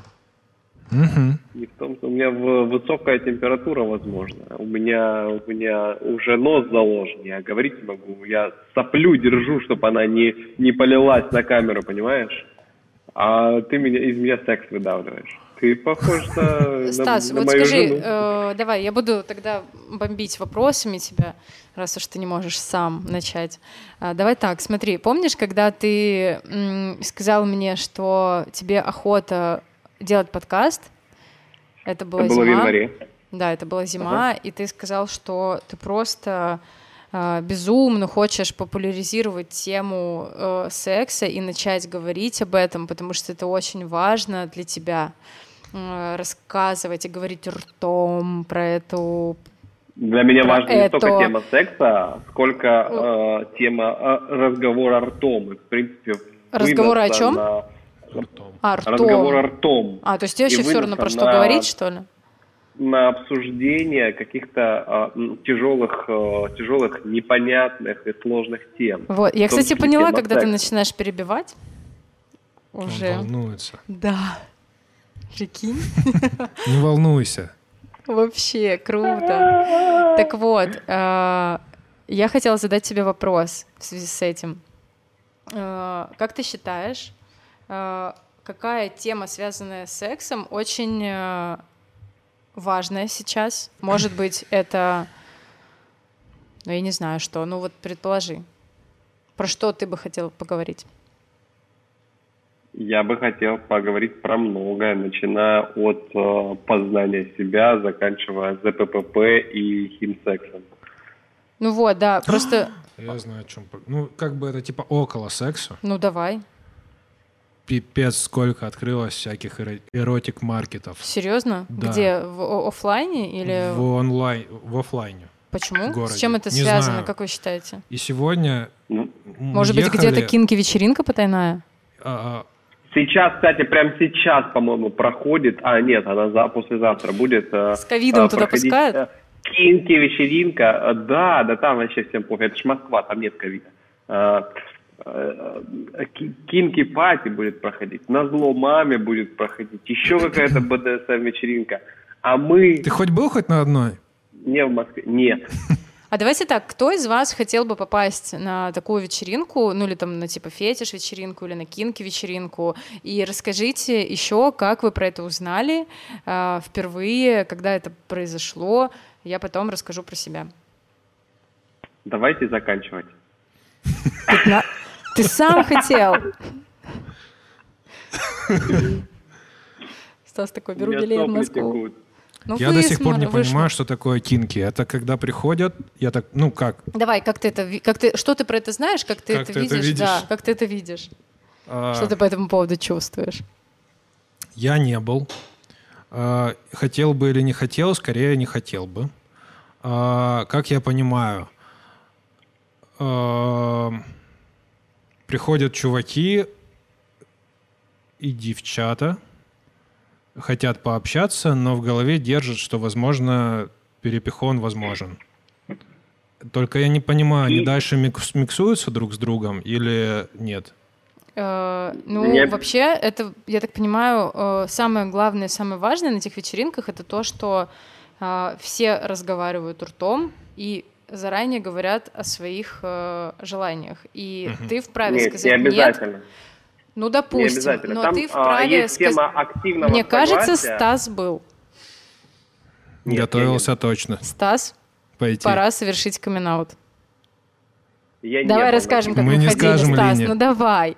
C: Угу.
B: Не в том, у меня в- высокая температура, возможно. У меня, у меня уже нос заложен, я говорить не могу. Я соплю держу, чтобы она не, не полилась на камеру, понимаешь? А ты меня, из меня секс выдавливаешь. Ты похож на,
A: Стас,
B: на, на
A: вот
B: мою
A: скажи,
B: жену.
A: э, давай, я буду тогда бомбить вопросами тебя, раз уж ты не можешь сам начать. А, давай так, смотри, помнишь, когда ты м, сказал мне, что тебе охота делать подкаст? Это была
B: Это было в
A: зима.
B: январе.
A: Да, это была зима, и ты сказал, что ты просто э, безумно хочешь популяризировать тему э, секса и начать говорить об этом, потому что это очень важно для тебя. Рассказывать и говорить ртом про эту...
B: Для меня
A: про
B: важна не
A: это.
B: столько тема секса, сколько э, тема э, разговора ртом. И, в принципе,
A: Разговора о
B: выноса
A: чем?
B: на-
C: Ртом.
A: А, ртом.
B: Разговора ртом.
A: А, то есть тебе вообще
B: И
A: все равно
B: выноса
A: про что
B: на-
A: говорить, что ли?
B: На обсуждение каких-то э, м, тяжелых, э, тяжелых, непонятных и сложных тем.
A: Вот. Я,
B: В том
A: кстати,
B: числе
A: поняла,
B: тема
A: когда ты
B: секса.
A: начинаешь перебивать.
C: Он
A: Уже.
C: волнуется.
A: Да. Прикинь.
C: Не волнуйся.
A: Вообще круто. Так вот, э, я хотела задать тебе вопрос в связи с этим. Э, Как ты считаешь, э, какая тема, связанная с сексом, очень э, важная сейчас? Может быть, это, ну, я не знаю, что. Ну вот предположи. Про что ты бы хотела поговорить?
B: Я бы хотел поговорить про многое, начиная от э, познания себя, заканчивая зэ пэ пэ пэ и химсексом.
A: Ну вот, да, просто...
C: Я знаю, о чем. Ну, как бы это типа около секса.
A: Ну давай.
C: Пипец, сколько открылось всяких эро- эротик-маркетов.
A: Серьезно?
C: Да.
A: Где? В о- оффлайне или...
C: В онлайн, в оффлайне.
A: Почему?
C: в городе.
A: С чем это
C: Не
A: связано,
C: знаю.
A: как вы считаете?
C: И сегодня
B: Ну,
C: мы
A: Может быть,
C: ехали,
A: где-то кинки-вечеринка потайная?
C: а,
B: сейчас, кстати, прямо сейчас, по-моему, проходит, а нет, она за, послезавтра будет. э,
A: С ковидом
B: э,
A: туда
B: проходить,
A: пускают?
B: э, Кинки-вечеринка, э, да, да, там вообще всем пофиг, это ж Москва, там нет ковида. Э, э, э, ки- Кинки-пати будет проходить, назло маме будет проходить, еще какая-то бэ дэ эс эм-вечеринка. А мы
C: Ты хоть был хоть на одной?
B: не в Москве, нет.
A: А давайте так, кто из вас хотел бы попасть на такую вечеринку, ну или там на типа фетиш-вечеринку или на кинки-вечеринку, и расскажите еще, как вы про это узнали э, впервые, когда это произошло, я потом расскажу про себя.
B: Давайте заканчивать.
A: Ты, на- ты сам хотел. Стас такой, беру
B: У меня
A: билет в
B: сопли
A: Москву.
B: текут.
A: Ну,
C: Я до сих пор не
A: высмор- вышло.
C: понимаю, что такое кинки. Это когда приходят, я так, ну как,
A: Давай, как ты это, ви- как ты, что ты про это знаешь, как ты,
C: Как
A: это,
C: ты это
A: видишь?
C: видишь?
A: Да, как ты это видишь?
C: а,
A: Что ты по этому поводу чувствуешь?
C: я не был. А, хотел бы или не хотел, скорее не хотел бы. А, как я понимаю, а, приходят чуваки и девчата, хотят пообщаться, но в голове держат, что, возможно, перепихон возможен. Только я не понимаю, они дальше микс- миксуются друг с другом или нет?
A: Э, Ну,
B: Мне-
A: вообще, это, я так понимаю, э, самое главное, самое важное на этих вечеринках это то, что э, все разговаривают ртом и заранее говорят о своих э, желаниях. И
C: Мгм.
A: ты вправе
B: Нет,
A: сказать
B: не
A: нет.
B: обязательно.
A: Ну,
B: Не
A: допустим,
B: обязательно.
A: но
B: Там
A: ты
B: а,
A: вправе
B: есть
A: сказать.
B: тема активного
A: Мне кажется,
B: согласия.
A: Стас был.
B: Нет,
C: Готовился
B: я
C: точно
A: Стас,
C: пойти.
A: пора совершить камин-аут.
B: не- я не
A: Давай
B: был
A: расскажем,
B: на
A: как
C: Мы
A: мы
C: не
A: ходили,
C: скажем,
A: Стас.
C: Лене.
A: Ну давай.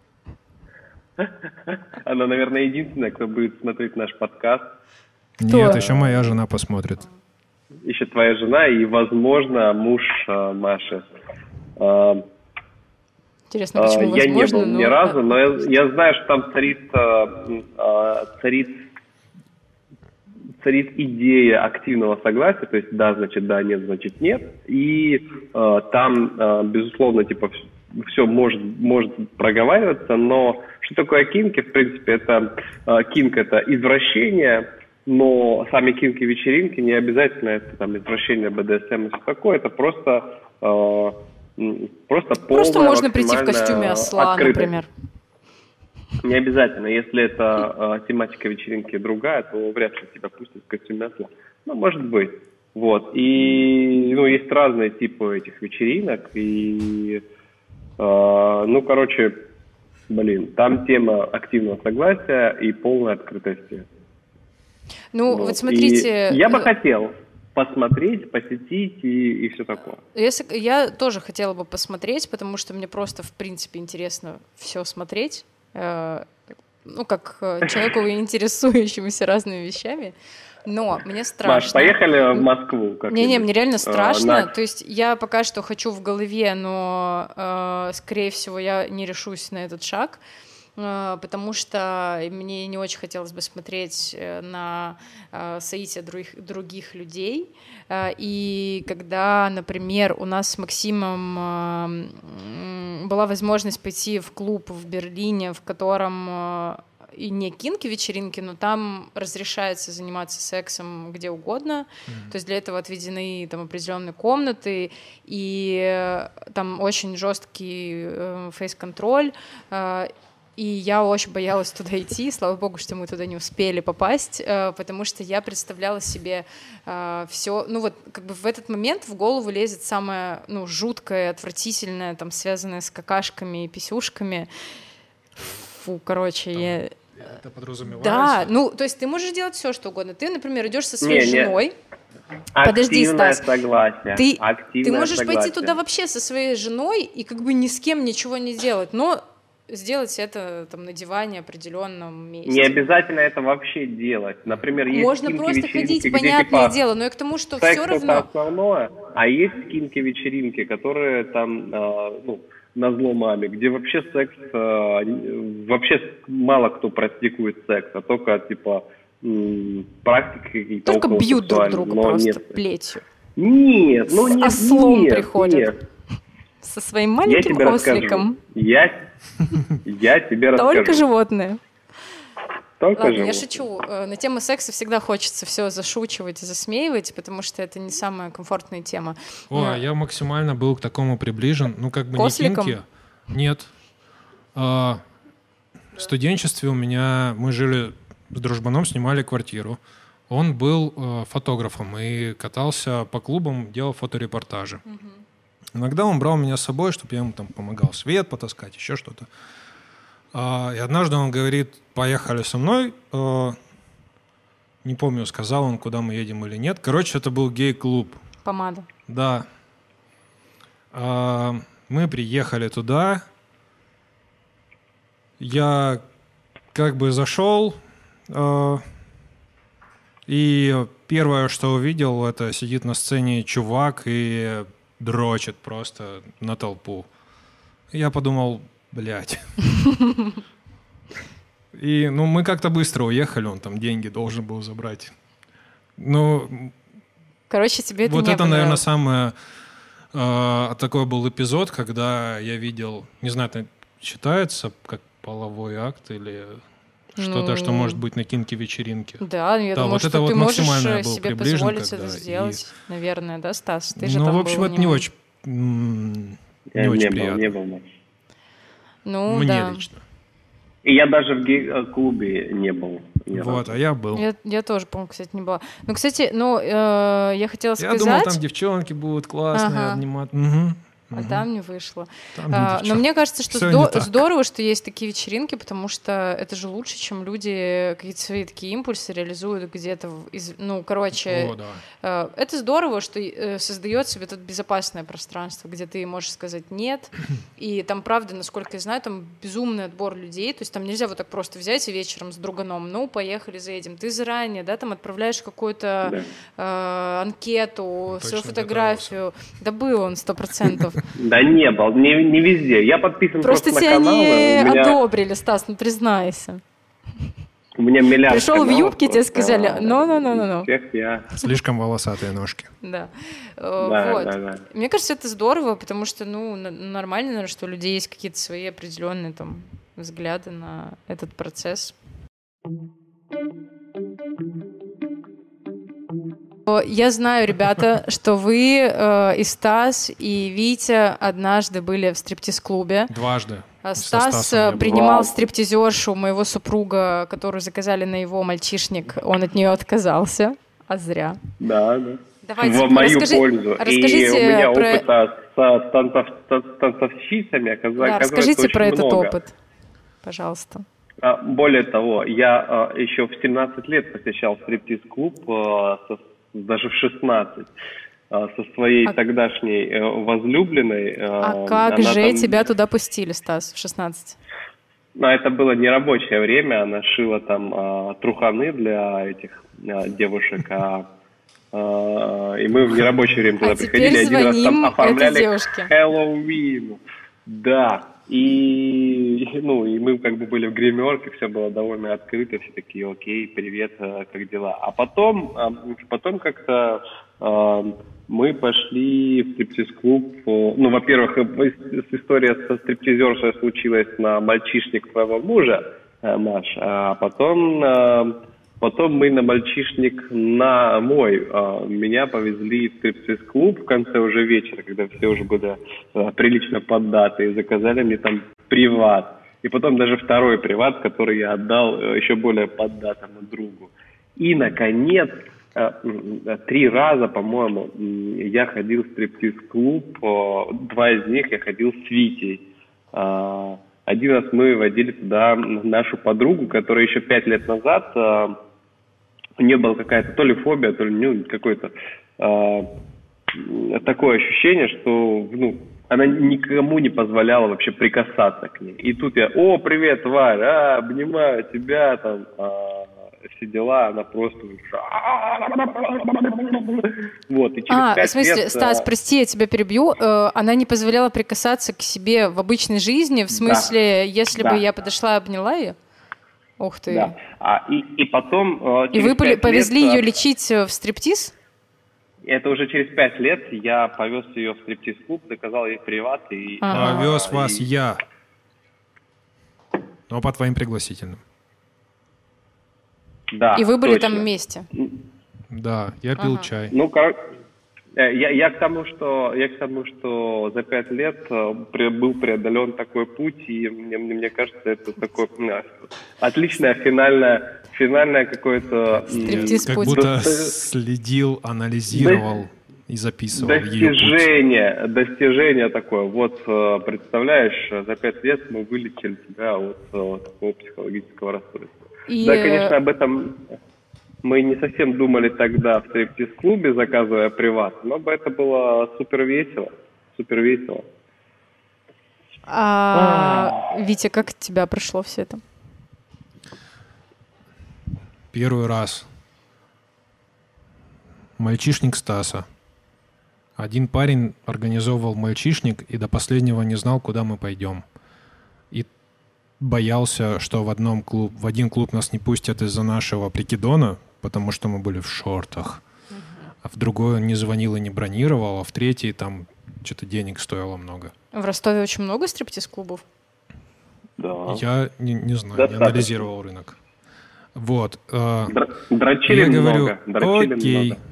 B: Она, наверное, единственная, кто будет смотреть наш подкаст.
C: Нет, еще моя жена посмотрит.
B: Еще твоя жена и, возможно, муж э, Маши. Э,
A: Интересно, почему
B: я
A: возможно,
B: не был
A: но...
B: ни разу, но я, я знаю, что там царит, царит, царит идея активного согласия, то есть да, значит да, нет, значит нет, и э, там, э, безусловно, типа все может, может проговариваться, но что такое кинки? В принципе, это э, кинк — это извращение, но сами кинки-вечеринки не обязательно это там извращение бэ дэ эс эм и все такое, это просто... Э, Просто,
A: Просто можно прийти в костюме осла,
B: открытость.
A: Например.
B: Не обязательно. Если это э, тематика вечеринки другая, то вряд ли тебя пустят в костюме осла. Ну, может быть. Вот. И ну, есть разные типы этих вечеринок. И, э, ну, короче, блин, там тема активного согласия и полной открытости.
A: Ну, вот, вот смотрите...
B: И я бы хотел... посмотреть, посетить и, и все такое.
A: Если, я тоже хотела бы посмотреть, потому что мне просто, в принципе, интересно все смотреть. Э, ну, как человеку, интересующемуся разными вещами. Но мне страшно.
B: Маш, поехали в Москву.
A: Не-не, мне реально страшно. А, То есть я пока что хочу в голове, но, э, скорее всего, я не решусь на этот шаг. Потому что мне не очень хотелось бы смотреть на соитие других, других людей. И когда, например, у нас с Максимом была возможность пойти в клуб в Берлине, в котором и не кинки-вечеринки, но там разрешается заниматься сексом где угодно. Mm-hmm. То есть для этого отведены там определенные комнаты, и там очень жесткий фейс-контроль. И я очень боялась туда идти, слава богу, что мы туда не успели попасть, потому что я представляла себе все, ну вот как бы в этот момент в голову лезет самое, ну, жуткое, отвратительное, там, связанное с какашками и писюшками. Фу, короче, там, я...
C: Это подразумевается?
A: Да, ну, то есть ты можешь делать все, что угодно. Ты, например, идешь со своей
B: не,
A: женой.
B: Не.
A: Подожди,
B: Активное
A: Стас.
B: Согласие.
A: Ты,
B: Активное
A: ты можешь
B: согласие.
A: пойти туда вообще со своей женой и как бы ни с кем ничего не делать, но сделать это там на диване определенном месте.
B: Не обязательно это вообще делать. Например, есть
A: можно просто ходить, понятное
B: типа,
A: дело, но и к тому, что
B: секс
A: все равно.
B: Это основное, а есть кинки-вечеринки, которые там, э, ну, назло маме, где вообще секс, э, вообще мало кто практикует секс, а только типа м, практики какие-то.
A: Только бьют друг друга просто нет. плетью.
B: Нет, ну нет,
A: с ослом
B: нет,
A: приходят.
B: Нет.
A: Со своим маленьким
B: я
A: осликом.
B: Я, я тебе расскажу.
A: Только животные.
B: Только
A: Ладно,
B: животные.
A: я шучу. На тему секса всегда хочется все зашучивать и засмеивать, потому что это не самая комфортная тема.
C: О,
A: Но...
C: я максимально был к такому приближен. Ну, как бы
A: Косликом?
C: не кинки. Нет. А, в студенчестве у меня... Мы жили с дружбаном, снимали квартиру. Он был э, фотографом и катался по клубам, делал фоторепортажи. Угу. Иногда он брал меня с собой, чтобы я ему там помогал свет потаскать, еще что-то. А, и однажды он говорит, поехали со мной. А, не помню, сказал он, куда мы едем или нет. Короче, это был гей-клуб.
A: Помада.
C: Да. А, мы приехали туда. Я как бы зашел. А, и первое, что увидел, это сидит на сцене чувак и... дрочит просто на толпу. Я подумал, блядь. И, ну, мы как-то быстро уехали, он там деньги должен был забрать. Ну,
A: короче, тебе это
C: вот
A: не
C: это, наверное, самое... Э, такой был эпизод, когда я видел, не знаю, это считается как половой акт или... Что-то, ну, что может быть на кинке-вечеринке.
A: Да, я
C: да,
A: думаю,
C: вот
A: что
C: это
A: ты
C: вот
A: можешь
C: себе
A: позволить
C: когда,
A: это сделать, и... наверное, да, Стас? Ты же
C: ну,
A: там
C: в общем,
A: был
C: это не очень, не
B: я
C: очень
B: не
C: приятно.
B: Был, не был.
A: Ну,
C: Мне
A: да.
C: лично.
B: И я даже в гей-клубе не был.
C: Вот, а я был.
A: Я, я тоже, по-моему, кстати, не была. Ну, кстати, ну, э, я хотела сказать...
C: Я думал, там девчонки будут классные,
A: ага.
C: обнимать. Угу.
A: А угу. там не вышло.
C: Там не
A: а, но мне кажется, что здо- здорово, что есть такие вечеринки, потому что это же лучше, чем люди какие-то свои такие импульсы реализуют где-то. Из, ну, короче,
C: О, да.
A: э, это здорово, что э, создает себе тут безопасное пространство, где ты можешь сказать «нет». И там, правда, насколько я знаю, там безумный отбор людей. То есть там нельзя вот так просто взять и вечером с друганом, ну, поехали, заедем. Ты заранее, да, там отправляешь какую-то э, анкету,
C: Точно
A: свою фотографию. Да был он, сто процентов.
B: Да не был, не, не везде. Я подписан просто,
A: просто
B: на каналы.
A: Просто тебя не
B: меня...
A: одобрили, Стас, ну признайся.
B: У меня миллиард
A: Пришел
B: каналов,
A: в юбке, тебе
B: просто,
A: сказали, ну-ну-ну-ну-ну.
B: Всех я...
C: Слишком волосатые ножки.
A: Да.
B: Да,
A: вот.
B: да, да.
A: Мне кажется, это здорово, потому что, ну, нормально, наверное, что у людей есть какие-то свои определенные там взгляды на этот процесс. Я знаю, ребята, что вы э, и Стас, и Витя однажды были в стриптиз-клубе.
C: Дважды.
A: Стас принимал Вау. стриптизершу моего супруга, которую заказали на его мальчишник. Он от нее отказался, а зря.
B: Да, да.
A: Давайте,
B: в мою
A: расскажи,
B: пользу.
A: Расскажите
B: и у меня
A: про...
B: опыта с танцов, танцовщицами оказалось
A: да, расскажите про
B: очень
A: этот
B: много.
A: опыт, пожалуйста.
B: Более того, я еще в семнадцать лет посещал стриптиз-клуб, даже в шестнадцать, со своей а... тогдашней возлюбленной.
A: А как же там... тебя туда пустили, Стас, в шестнадцать?
B: Ну, это было не рабочее время, она шила там а, труханы для этих а, девушек, а, а, и мы в нерабочее время туда
A: а
B: приходили, один раз там оформляли
A: этой
B: Хэллоуин. Да, и, ну, и мы как бы были в гримерке, все было довольно открыто, все такие, окей, привет, как дела? А потом, потом как-то а, мы пошли в стриптиз-клуб. Ну, во-первых, история со стриптизершей случилась на мальчишник твоего мужа, Маш, а потом, потом мы на мальчишник на мой. Меня повезли в стриптиз-клуб в конце уже вечера, когда все уже были прилично поддаты, и заказали мне там приват. И потом даже второй приват, который я отдал еще более поддатому другу. И, наконец, три раза, по-моему, я ходил в стриптиз-клуб. Два из них я ходил с Витей. Один раз мы водили туда нашу подругу, которая еще пять лет назад, у нее была какая-то то ли фобия, то ли ну, какое-то такое ощущение, что ну, она никому не позволяла вообще прикасаться к ней. И тут я, о, привет, Варь, а, обнимаю тебя, там, а, все дела, она просто... Вот, и через
A: а,
B: пять
A: в смысле,
B: лет...
A: Стас, прости, я тебя перебью. Она не позволяла прикасаться к себе в обычной жизни, в смысле, да. если да. бы я подошла и обняла ее? Ух ты.
B: Да. А, и, и потом...
A: И вы повезли
B: лет,
A: ее лечить в стриптиз?
B: Это уже через пять лет я повез ее в стриптиз-клуб, заказал ей приват и...
C: А, повез и... вас я. Но по твоим пригласительным.
B: Да,
A: и вы были
B: точно.
A: там вместе?
C: Да, я пил ага. чай.
B: Ну, короче, я, я, к тому, что, я к тому, что за пять лет был преодолен такой путь, и мне, мне кажется, это такое отличное финальное, финальное какое-то...
C: Как будто следил, анализировал и записывал
B: достижение, ее путь. Достижение такое. Вот, представляешь, за пять лет мы вылечили тебя от такого психологического расстройства. И... Да, конечно, об этом мы не совсем думали тогда в стриптиз-клубе, заказывая приват, но это было супер весело, супер весело.
A: А, а... Витя, как у тебя прошло все это?
C: Первый раз. Мальчишник Стаса. Один парень организовывал мальчишник и до последнего не знал, куда мы пойдем. И боялся, что в, одном клуб, в один клуб нас не пустят из-за нашего прикидона, потому что мы были в шортах. Uh-huh. А в другой он не звонил и не бронировал, а в третий там что-то денег стоило много.
A: В Ростове очень много стриптиз-клубов?
B: Да.
C: Я не, не знаю, да, не анализировал да. рынок. Вот.
B: Др- дрочили
C: я
B: много.
C: говорю,
B: Дрочили
C: окей.
B: много.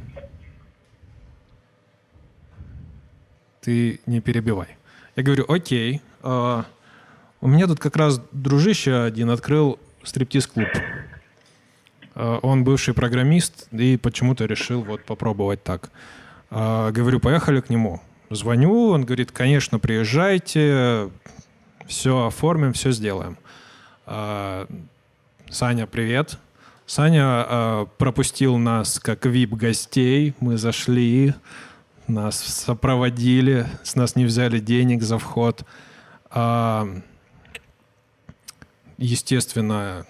C: Ты не перебивай. Я говорю, окей. Uh, у меня тут как раз дружище один открыл стриптиз-клуб. Uh, он бывший программист и почему-то решил вот попробовать так. Uh, говорю, поехали к нему. Звоню, он говорит, конечно, приезжайте, все оформим, все сделаем. Uh, Саня, привет. Саня uh, пропустил нас как вип-гостей. Мы зашли, нас сопроводили, с нас не взяли денег за вход. Uh, естественно,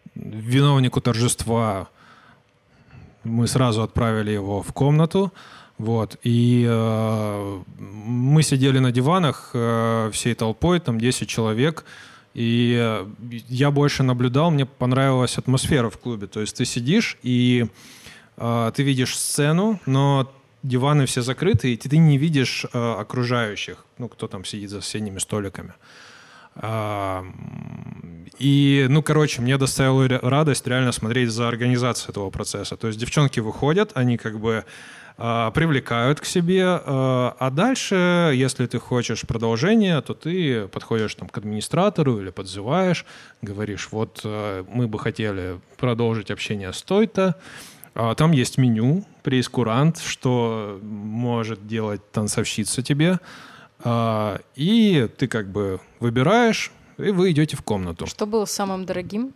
C: виновнику торжества мы сразу отправили его в комнату. Вот. И э, мы сидели на диванах э, всей толпой, там десять человек, и э, я больше наблюдал, мне понравилась атмосфера в клубе. То есть ты сидишь, и э, ты видишь сцену, но диваны все закрыты, и ты не видишь э, окружающих, ну, кто там сидит за соседними столиками. А, и, ну, короче, мне доставило радость реально смотреть за организацией этого процесса. То есть девчонки выходят, они как бы а, привлекают к себе, а, а дальше, если ты хочешь продолжения, то ты подходишь там к администратору или подзываешь, говоришь, вот мы бы хотели продолжить общение с той-то. А, там есть меню, прейскурант, что может делать танцовщица тебе. Uh, и ты как бы выбираешь, и вы идете в комнату.
A: Что было самым дорогим?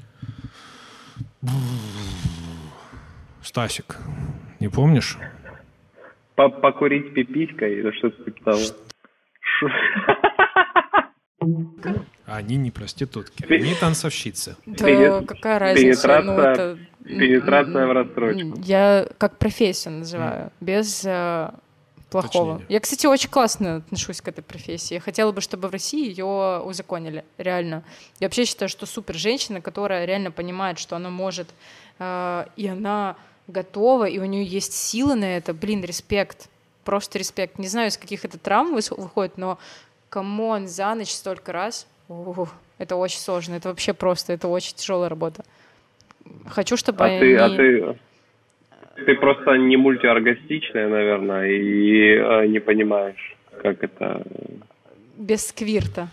C: Стасик, не помнишь?
B: Покурить пиписькой или что-то типа того.
C: Они не проститутки, они танцовщицы.
A: Да, какая разница? Ну, это...
B: Пенетрация в рассрочку.
A: Я как профессию называю, без... плохого.
C: Точнее.
A: Я, кстати, очень классно отношусь к этой профессии. Я хотела бы, чтобы в России ее узаконили, реально. Я вообще считаю, что супер женщина, которая реально понимает, что она может, э, и она готова, и у нее есть силы на это. Блин, респект. Просто респект. Не знаю, из каких это травм выходит, но камон, за ночь столько раз. Ух, это очень сложно. Это вообще просто, это очень тяжелая работа. Хочу, чтобы
B: а
A: они...
B: Ты, а ты... Ты просто не мультиоргастичная, наверное, и э, не понимаешь, как это...
A: Без сквирта.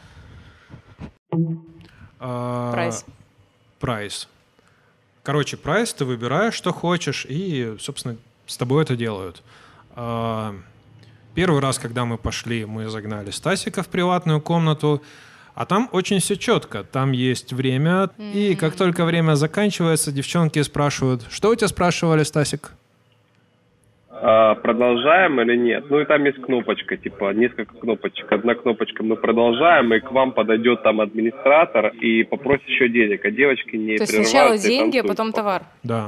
C: А,
A: Прайс.
C: Прайс. Короче, прайс, ты выбираешь, что хочешь, и, собственно, с тобой это делают. А, первый раз, когда мы пошли, мы загнали Стасика в приватную комнату, а там очень все четко. Там есть время, mm-hmm. и как только время заканчивается, девчонки спрашивают, что у тебя спрашивали, Стасик?
B: А, продолжаем или нет? Ну и там есть кнопочка, типа несколько кнопочек. Одна кнопочка мы продолжаем, и к вам подойдет там администратор и попросит еще денег, а девочки не прерываются.
A: То есть сначала деньги, а потом товар?
C: Да.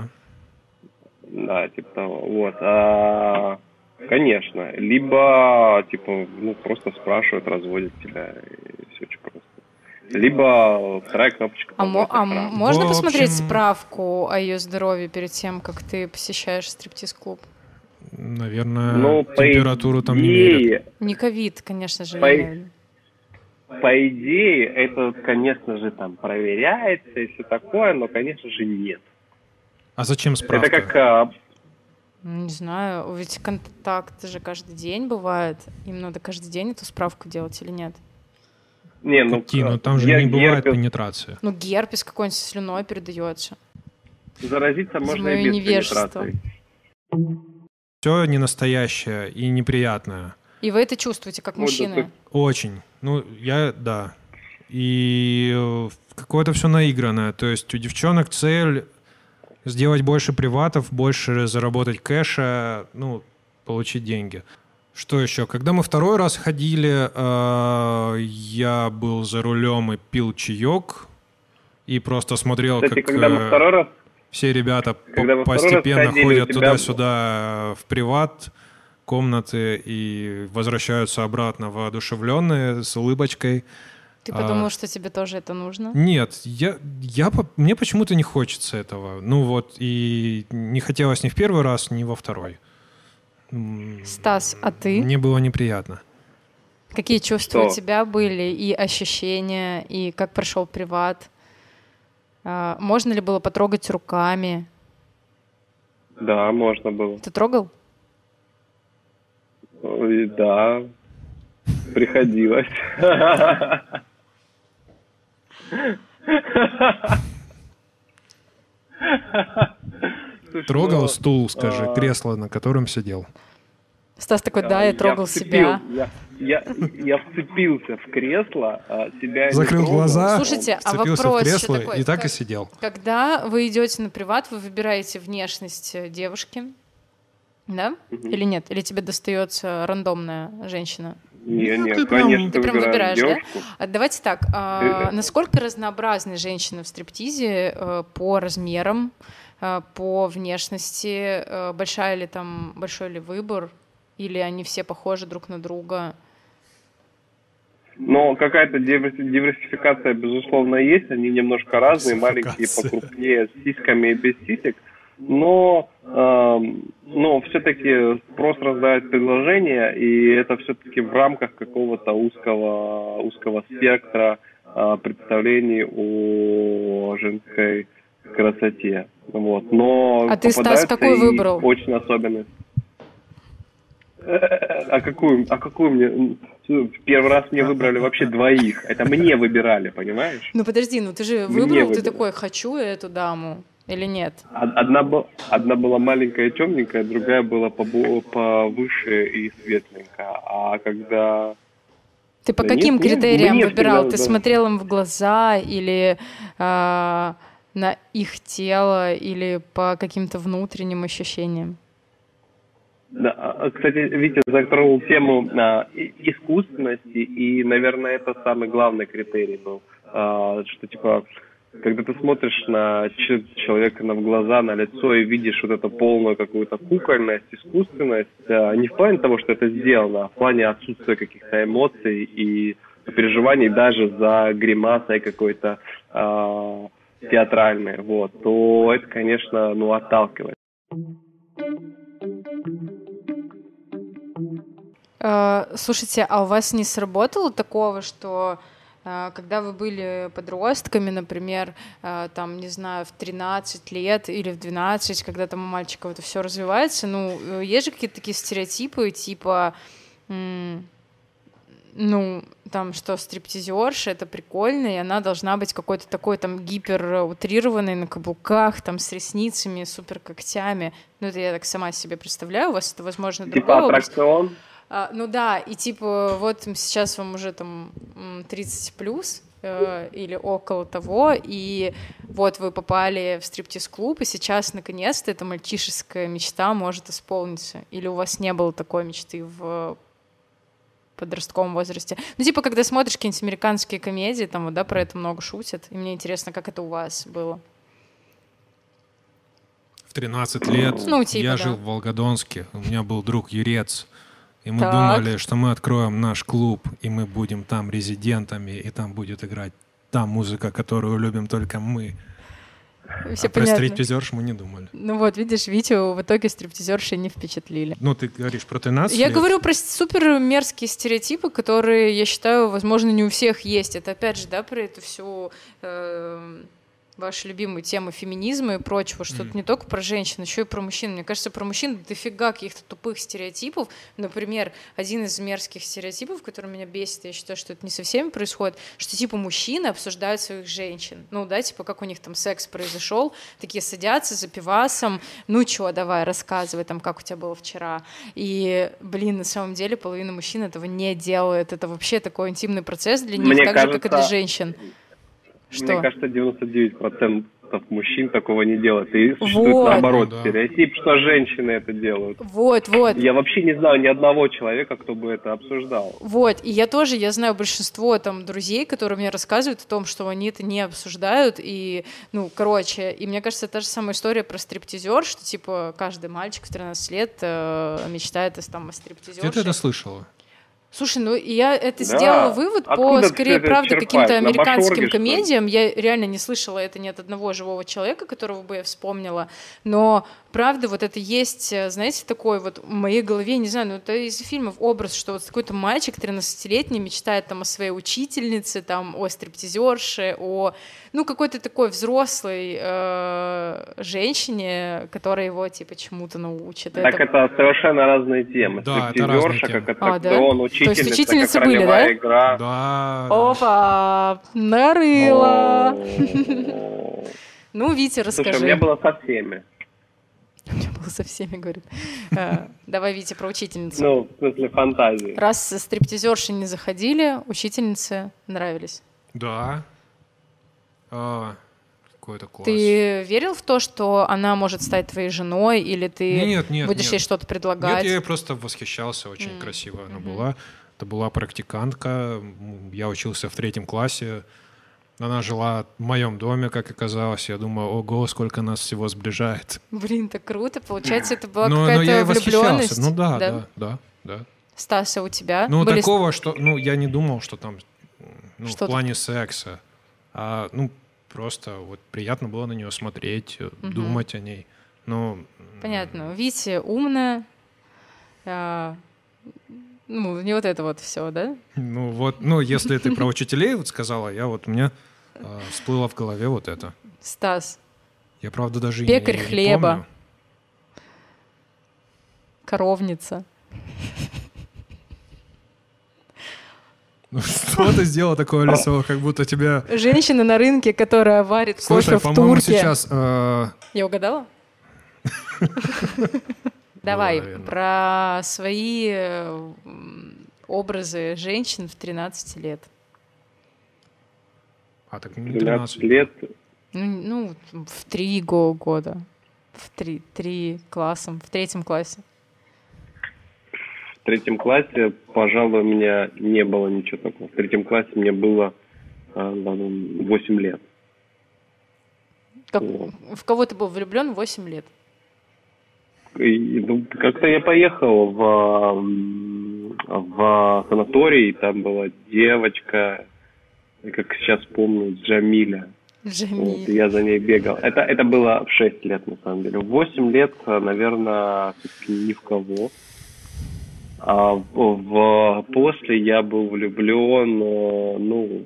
B: Да, типа того. Вот. А, конечно. Либо, типа, ну просто спрашивают, разводят тебя, и все очень просто. Либо вторая кнопочка.
A: А, мо- а можно
C: в
A: посмотреть
C: общем...
A: справку о ее здоровье перед тем, как ты посещаешь стриптиз-клуб?
C: Наверное,
B: ну,
C: температуру
B: идее,
C: там не мерят.
A: Не ковид, конечно же.
B: По, по идее, это, конечно же, там проверяется и все такое, но, конечно же, нет.
C: А зачем справка?
B: Это как...
A: Не знаю, ведь контакты же каждый день бывает. Им надо каждый день эту справку делать или нет?
B: Не, ну,
C: Какие? Ну там же
B: гер-
C: не бывает
B: герпес...
C: пенетрации.
A: Ну, герпес какой-нибудь слюной передается.
B: Заразиться можно
A: моё
B: и без
A: невежество.
B: пенетрации.
C: Все не настоящее и неприятное.
A: И вы это чувствуете, как
B: Вот
A: мужчины?
B: это-
C: Очень. Ну, я, да. И э, какое-то все наигранное. То есть у девчонок цель сделать больше приватов, больше заработать кэша, ну, получить деньги. Что еще? Когда мы второй раз ходили, э, я был за рулем и пил чаек. И просто смотрел,
B: Кстати,
C: как
B: когда мы
C: э,
B: второй раз...
C: все ребята
B: Когда
C: по-
B: вы второй раз
C: постепенно
B: ходили,
C: ходят
B: у тебя-
C: туда-сюда в приват комнаты и возвращаются обратно воодушевленные, с улыбочкой.
A: Ты
C: А,
A: подумал, что тебе тоже это нужно?
C: Нет, я, я, по- мне почему-то не хочется этого. Ну вот, и не хотелось ни в первый раз, ни во второй. М,
A: Стас, а ты?
C: Мне было неприятно.
A: Какие чувства у
B: Что?
A: тебя были, и ощущения, и как прошел приват? А, можно ли было потрогать руками?
B: Да, можно было.
A: Ты трогал?
B: И да, приходилось.
C: Трогал
B: Ну,
C: стул, скажи,
B: а,
C: кресло, на котором сидел.
A: Стас такой, да, я трогал
B: вцепил-
A: себя.
B: Я, я, я вцепился в кресло, а себя не
C: Закрыл
B: трогал.
C: глаза,
A: Слушайте, а
C: вцепился в
A: вопрос еще
C: кресло
A: такой,
C: и так
A: как-
C: и сидел.
A: Когда вы идете на приват, вы выбираете внешность э, девушки, да?
B: Мгм.
A: Или нет? Или тебе достается рандомная женщина?
B: Не,
C: Ну,
B: не,
C: ты прям-
B: конечно,
A: ты прям
B: выбираешь
A: выбираешь, да?
B: девушку.
A: А давайте так, а,
B: Э, э.
A: насколько разнообразны женщины в стриптизе э, по размерам, по внешности, большая ли там, большой ли выбор, или они все похожи друг на друга?
B: Но какая-то диверсификация, безусловно, есть. Они немножко разные, маленькие, покрупнее, с сиськами и без сисек. Но, э, но все-таки спрос рождает предложение, и это все-таки в рамках какого-то узкого, узкого спектра э, представлений о женской красоте. Вот. Но
A: а ты, Стас, какой выбрал?
B: Очень особенный. А какую, а какую мне... В первый раз мне выбрали вообще двоих. Это мне выбирали, понимаешь?
A: Ну подожди, ну ты же выбрал, ты такой, хочу эту даму или нет?
B: Одна, был, одна была маленькая и темненькая, другая была повыше и светленькая. А когда...
A: Ты по да каким нет, критериям нет, выбирал? Всегда, ты да. смотрел им в глаза или а, на их тело, или по каким-то внутренним ощущениям?
B: Да, кстати, Витя затронул тему а, искусственности, и, наверное, это самый главный критерий был, а, что, типа, когда ты смотришь на человека на в глаза, на лицо и видишь вот эту полную какую-то кукольность, искусственность, а, не в плане того, что это сделано, а в плане отсутствия каких-то эмоций и переживаний даже за гримасой какой-то а, театральной, вот, то это, конечно, ну, отталкивает.
A: Слушайте, а у вас не сработало такого, что когда вы были подростками, например, там, не знаю, в тринадцать лет или в двенадцать, когда там у мальчиков это все развивается, ну, есть же какие-то такие стереотипы, типа, ну, там, что стриптизерша — это прикольно, и она должна быть какой-то такой там гиперутрированной на каблуках, там, с ресницами, супер когтями. Ну, это я так сама себе представляю, у вас это, возможно, другой
B: типа аттракцион?
A: А, ну да, и типа вот сейчас вам уже там тридцать плюс э, или около того, и вот вы попали в стриптиз-клуб, и сейчас наконец-то эта мальчишеская мечта может исполниться. Или у вас не было такой мечты в подростковом возрасте? Ну типа когда смотришь какие-нибудь американские комедии, там вот, да, про это много шутят, и мне интересно, как это у вас было.
C: В тринадцать лет
A: ну, типа,
C: я
A: да.
C: жил в Волгодонске, у меня был друг Юрец. И мы
A: так.
C: думали, что мы откроем наш клуб, и мы будем там резидентами, и там будет играть та музыка, которую любим только мы.
A: Все
C: а
A: понятно.
C: Про стриптизерш мы не думали.
A: Ну вот, видишь, Витю в итоге стриптизерши не впечатлили.
C: Ну, ты говоришь про тринадцать
A: Я
C: лет?
A: говорю про супер мерзкие стереотипы, которые, я считаю, возможно, не у всех есть. Это опять же, да, про эту всю... Э- ваши любимые темы феминизма и прочего, что mm. это не только про женщин, еще и про мужчин. Мне кажется, про мужчин дофига каких-то тупых стереотипов. Например, один из мерзких стереотипов, который меня бесит, я считаю, что это не со всеми происходит, что типа мужчины обсуждают своих женщин. Ну да, типа как у них там секс произошел, такие садятся за пивасом, ну чё, давай, рассказывай там, как у тебя было вчера. И, блин, на самом деле половина мужчин этого не делает. Это вообще такой интимный процесс для них,
B: Мне
A: так
B: кажется...
A: же, как и для женщин. Что?
B: Мне кажется, девяносто девять процентов мужчин такого не делают. И существует
A: вот.
B: наоборот
C: да.
B: стереотип, что женщины это делают.
A: Вот, вот.
B: Я вообще не знаю ни одного человека, кто бы это обсуждал.
A: Вот, и я тоже, я знаю большинство там друзей, которые мне рассказывают о том, что они это не обсуждают, и, ну, короче, и мне кажется, та же самая история про стриптизер, что, типа, каждый мальчик в тринадцать лет э, мечтает там, о стриптизерше.
C: Где ты это слышала?
A: Слушай, ну я это
B: да.
A: сделала вывод
B: Откуда
A: по, скорее, правда, каким-то американским
B: башорге,
A: комедиям. Я реально не слышала это ни от одного живого человека, которого бы я вспомнила. Но, правда, вот это есть, знаете, такой вот в моей голове, не знаю, ну это из фильмов образ, что вот какой-то мальчик тринадцатилетний мечтает там о своей учительнице, там о стриптизерше, о, ну, какой-то такой взрослой э, женщине, которая его, типа, чему-то научит.
B: Так это, это совершенно разные темы.
C: Да,
B: стриптизерша, как аттракцион,
A: а, да?
B: учительница,
A: то есть учительницы
B: как
A: были, да?
B: игра.
C: Да.
A: Опа, нарыла. Ну, Витя, расскажи.
B: Слушай, у меня было со всеми.
A: У меня было со всеми, говорит. Давай, Витя, про учительницу.
B: Ну, в смысле фантазии.
A: Раз стриптизерши не заходили, учительницы нравились.
C: Да. А, какой-то класс.
A: Ты верил в то, что она может стать твоей женой, или ты
C: нет, нет,
A: будешь
C: нет.
A: ей что-то предлагать?
C: Нет, я просто восхищался, очень mm. красиво она mm-hmm. была. Это была практикантка, я учился в третьем классе, Она жила в моем доме, как оказалось. Я думаю, ого, сколько нас всего сближает.
A: Блин, так круто. Получается, это была
C: но,
A: какая-то
C: но я и
A: влюбленность.
C: Ну да, да, да, да, да.
A: Стаса, у тебя?
C: Ну,
A: были...
C: такого, что... Ну, я не думал, что там... Ну,
A: что
C: в плане секса. А, ну, просто вот приятно было на нее смотреть, угу. думать о ней. Ну...
A: Понятно. Витя умная. А... Ну, не вот это вот все, да?
C: Ну, вот, ну, если ты про учителей вот сказала, я вот, у меня э, всплыло в голове вот это.
A: Стас.
C: Я, правда, даже
A: Пекарь
C: не, не
A: хлеба.
C: помню.
A: Коровница.
C: Ну, что ты сделала такое, лицо, как будто тебя...
A: Женщина на рынке, которая варит
C: Слушай,
A: кофе в
C: по-моему,
A: турке.
C: сейчас... Э...
A: Я угадала? Давай, про свои образы женщин в тринадцать лет.
C: А, так не тринадцать
B: лет?
A: Ну, в три года. В три, три классом, в третьем классе.
B: В третьем классе, пожалуй, у меня не было ничего такого. В третьем классе мне было восемь лет.
A: Как, в кого ты был влюблен в восемь лет?
B: И, ну, как-то я поехал в, в санаторий, там была девочка, как сейчас помню, Джамиля.
A: Джамиля.
B: Вот, я за ней бегал. Это, это было в шесть лет, на самом деле. В восемь лет, наверное, все-таки ни в кого. А в, в, после я был влюблен, ну,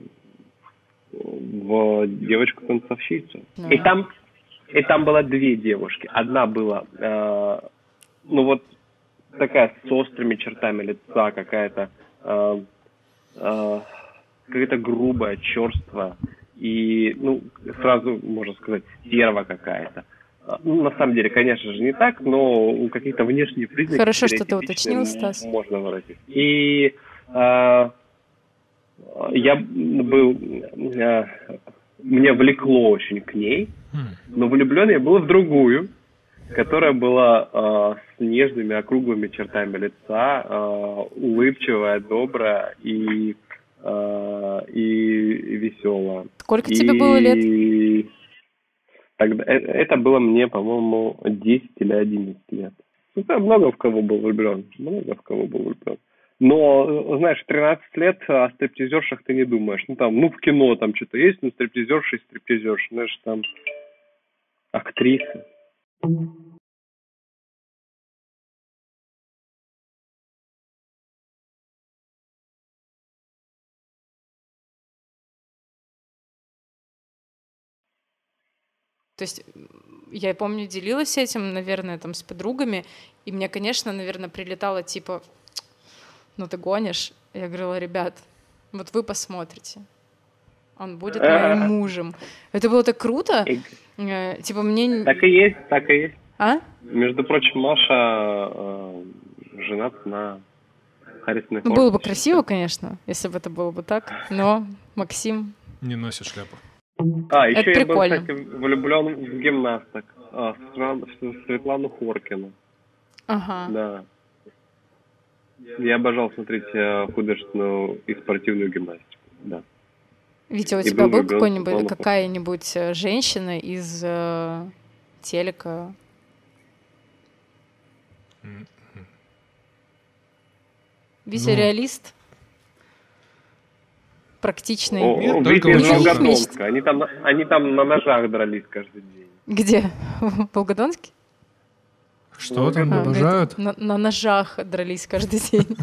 B: в девочку-танцовщицу. Да. И там, и там было две девушки. Одна была, э, ну вот такая с острыми чертами лица, какая-то, э, э, какая-то грубая, черствая. И, ну, сразу, можно сказать, стерва какая-то. Ну, на самом деле, конечно же, не так, но какие-то внешние признаки...
A: Хорошо, что ты уточнил, Стас.
B: Можно выразить. И э, я был... Э, меня влекло очень к ней, но влюблен я был в другую, которая была э, с нежными, округлыми чертами лица, э, улыбчивая, добрая и... и веселая.
A: Сколько
B: и...
A: тебе было лет?
B: Тогда это было мне, по-моему, десять или одиннадцать лет. Ну, там много в кого был влюблен. Много в кого был влюблен. Но, знаешь, в тринадцать лет о стриптизершах ты не думаешь. Ну, там, ну, в кино там что-то есть, ну, стриптизерши и стриптизерши. Знаешь, там актрисы.
A: То есть я помню, делилась этим, наверное, там с подругами, и мне, конечно, наверное, прилетало типа, ну ты гонишь. Я говорила, ребят, вот вы посмотрите, он будет моим мужем. Это было так круто. Типа мне...
B: Так и есть, так и есть.
A: А?
B: Между прочим, Маша э, женат на Харрисоне Форде.
A: Ну, было бы красиво, конечно, если бы это было бы так, но Максим...
C: Не носит шляпу.
B: А, еще
A: это
B: я
A: прикольно.
B: был, кстати, влюблен в гимнасток, а, в Светлану Хоркину.
A: Ага.
B: Да. Я обожал смотреть художественную и спортивную гимнастику, да.
A: Витя, у
B: и
A: тебя
B: был
A: был какой-нибудь, какая-нибудь женщина из э, телека? Mm-hmm. Витя ну... реалист? Практичный.
B: О,
C: Нет,
B: только из Волгодонска. Они там, они там на ножах дрались каждый день.
A: Где? В Волгодонске?
C: Что а, там обожают?
A: На, на ножах дрались каждый день.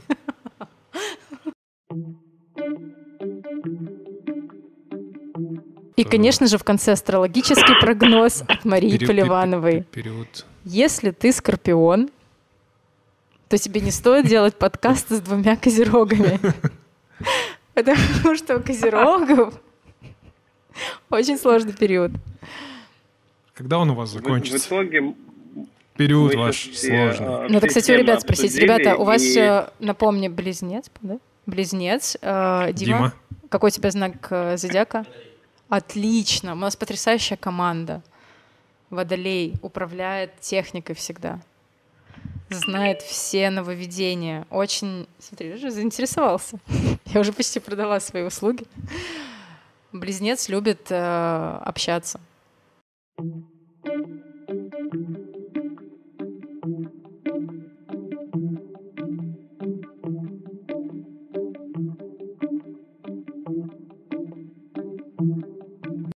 A: И, конечно же, в конце астрологический прогноз от Марии Поливановой. Если ты скорпион, то тебе не стоит делать подкасты с двумя козерогами. Потому что у козерогов очень сложный период.
C: Когда он у вас закончится?
B: В, в итоге...
C: Период ваш сложный.
A: Ну, это, кстати, у ребят спросить. Ребята, у вас, и... напомни, близнец, да? Близнец. Э, Дима,
C: Дима,
A: какой у тебя знак э, зодиака? Отлично. У нас потрясающая команда. Водолей управляет техникой всегда. Знает все нововведения. Очень... Смотри, уже заинтересовался. Я уже почти продала свои услуги. Близнец любит э, общаться.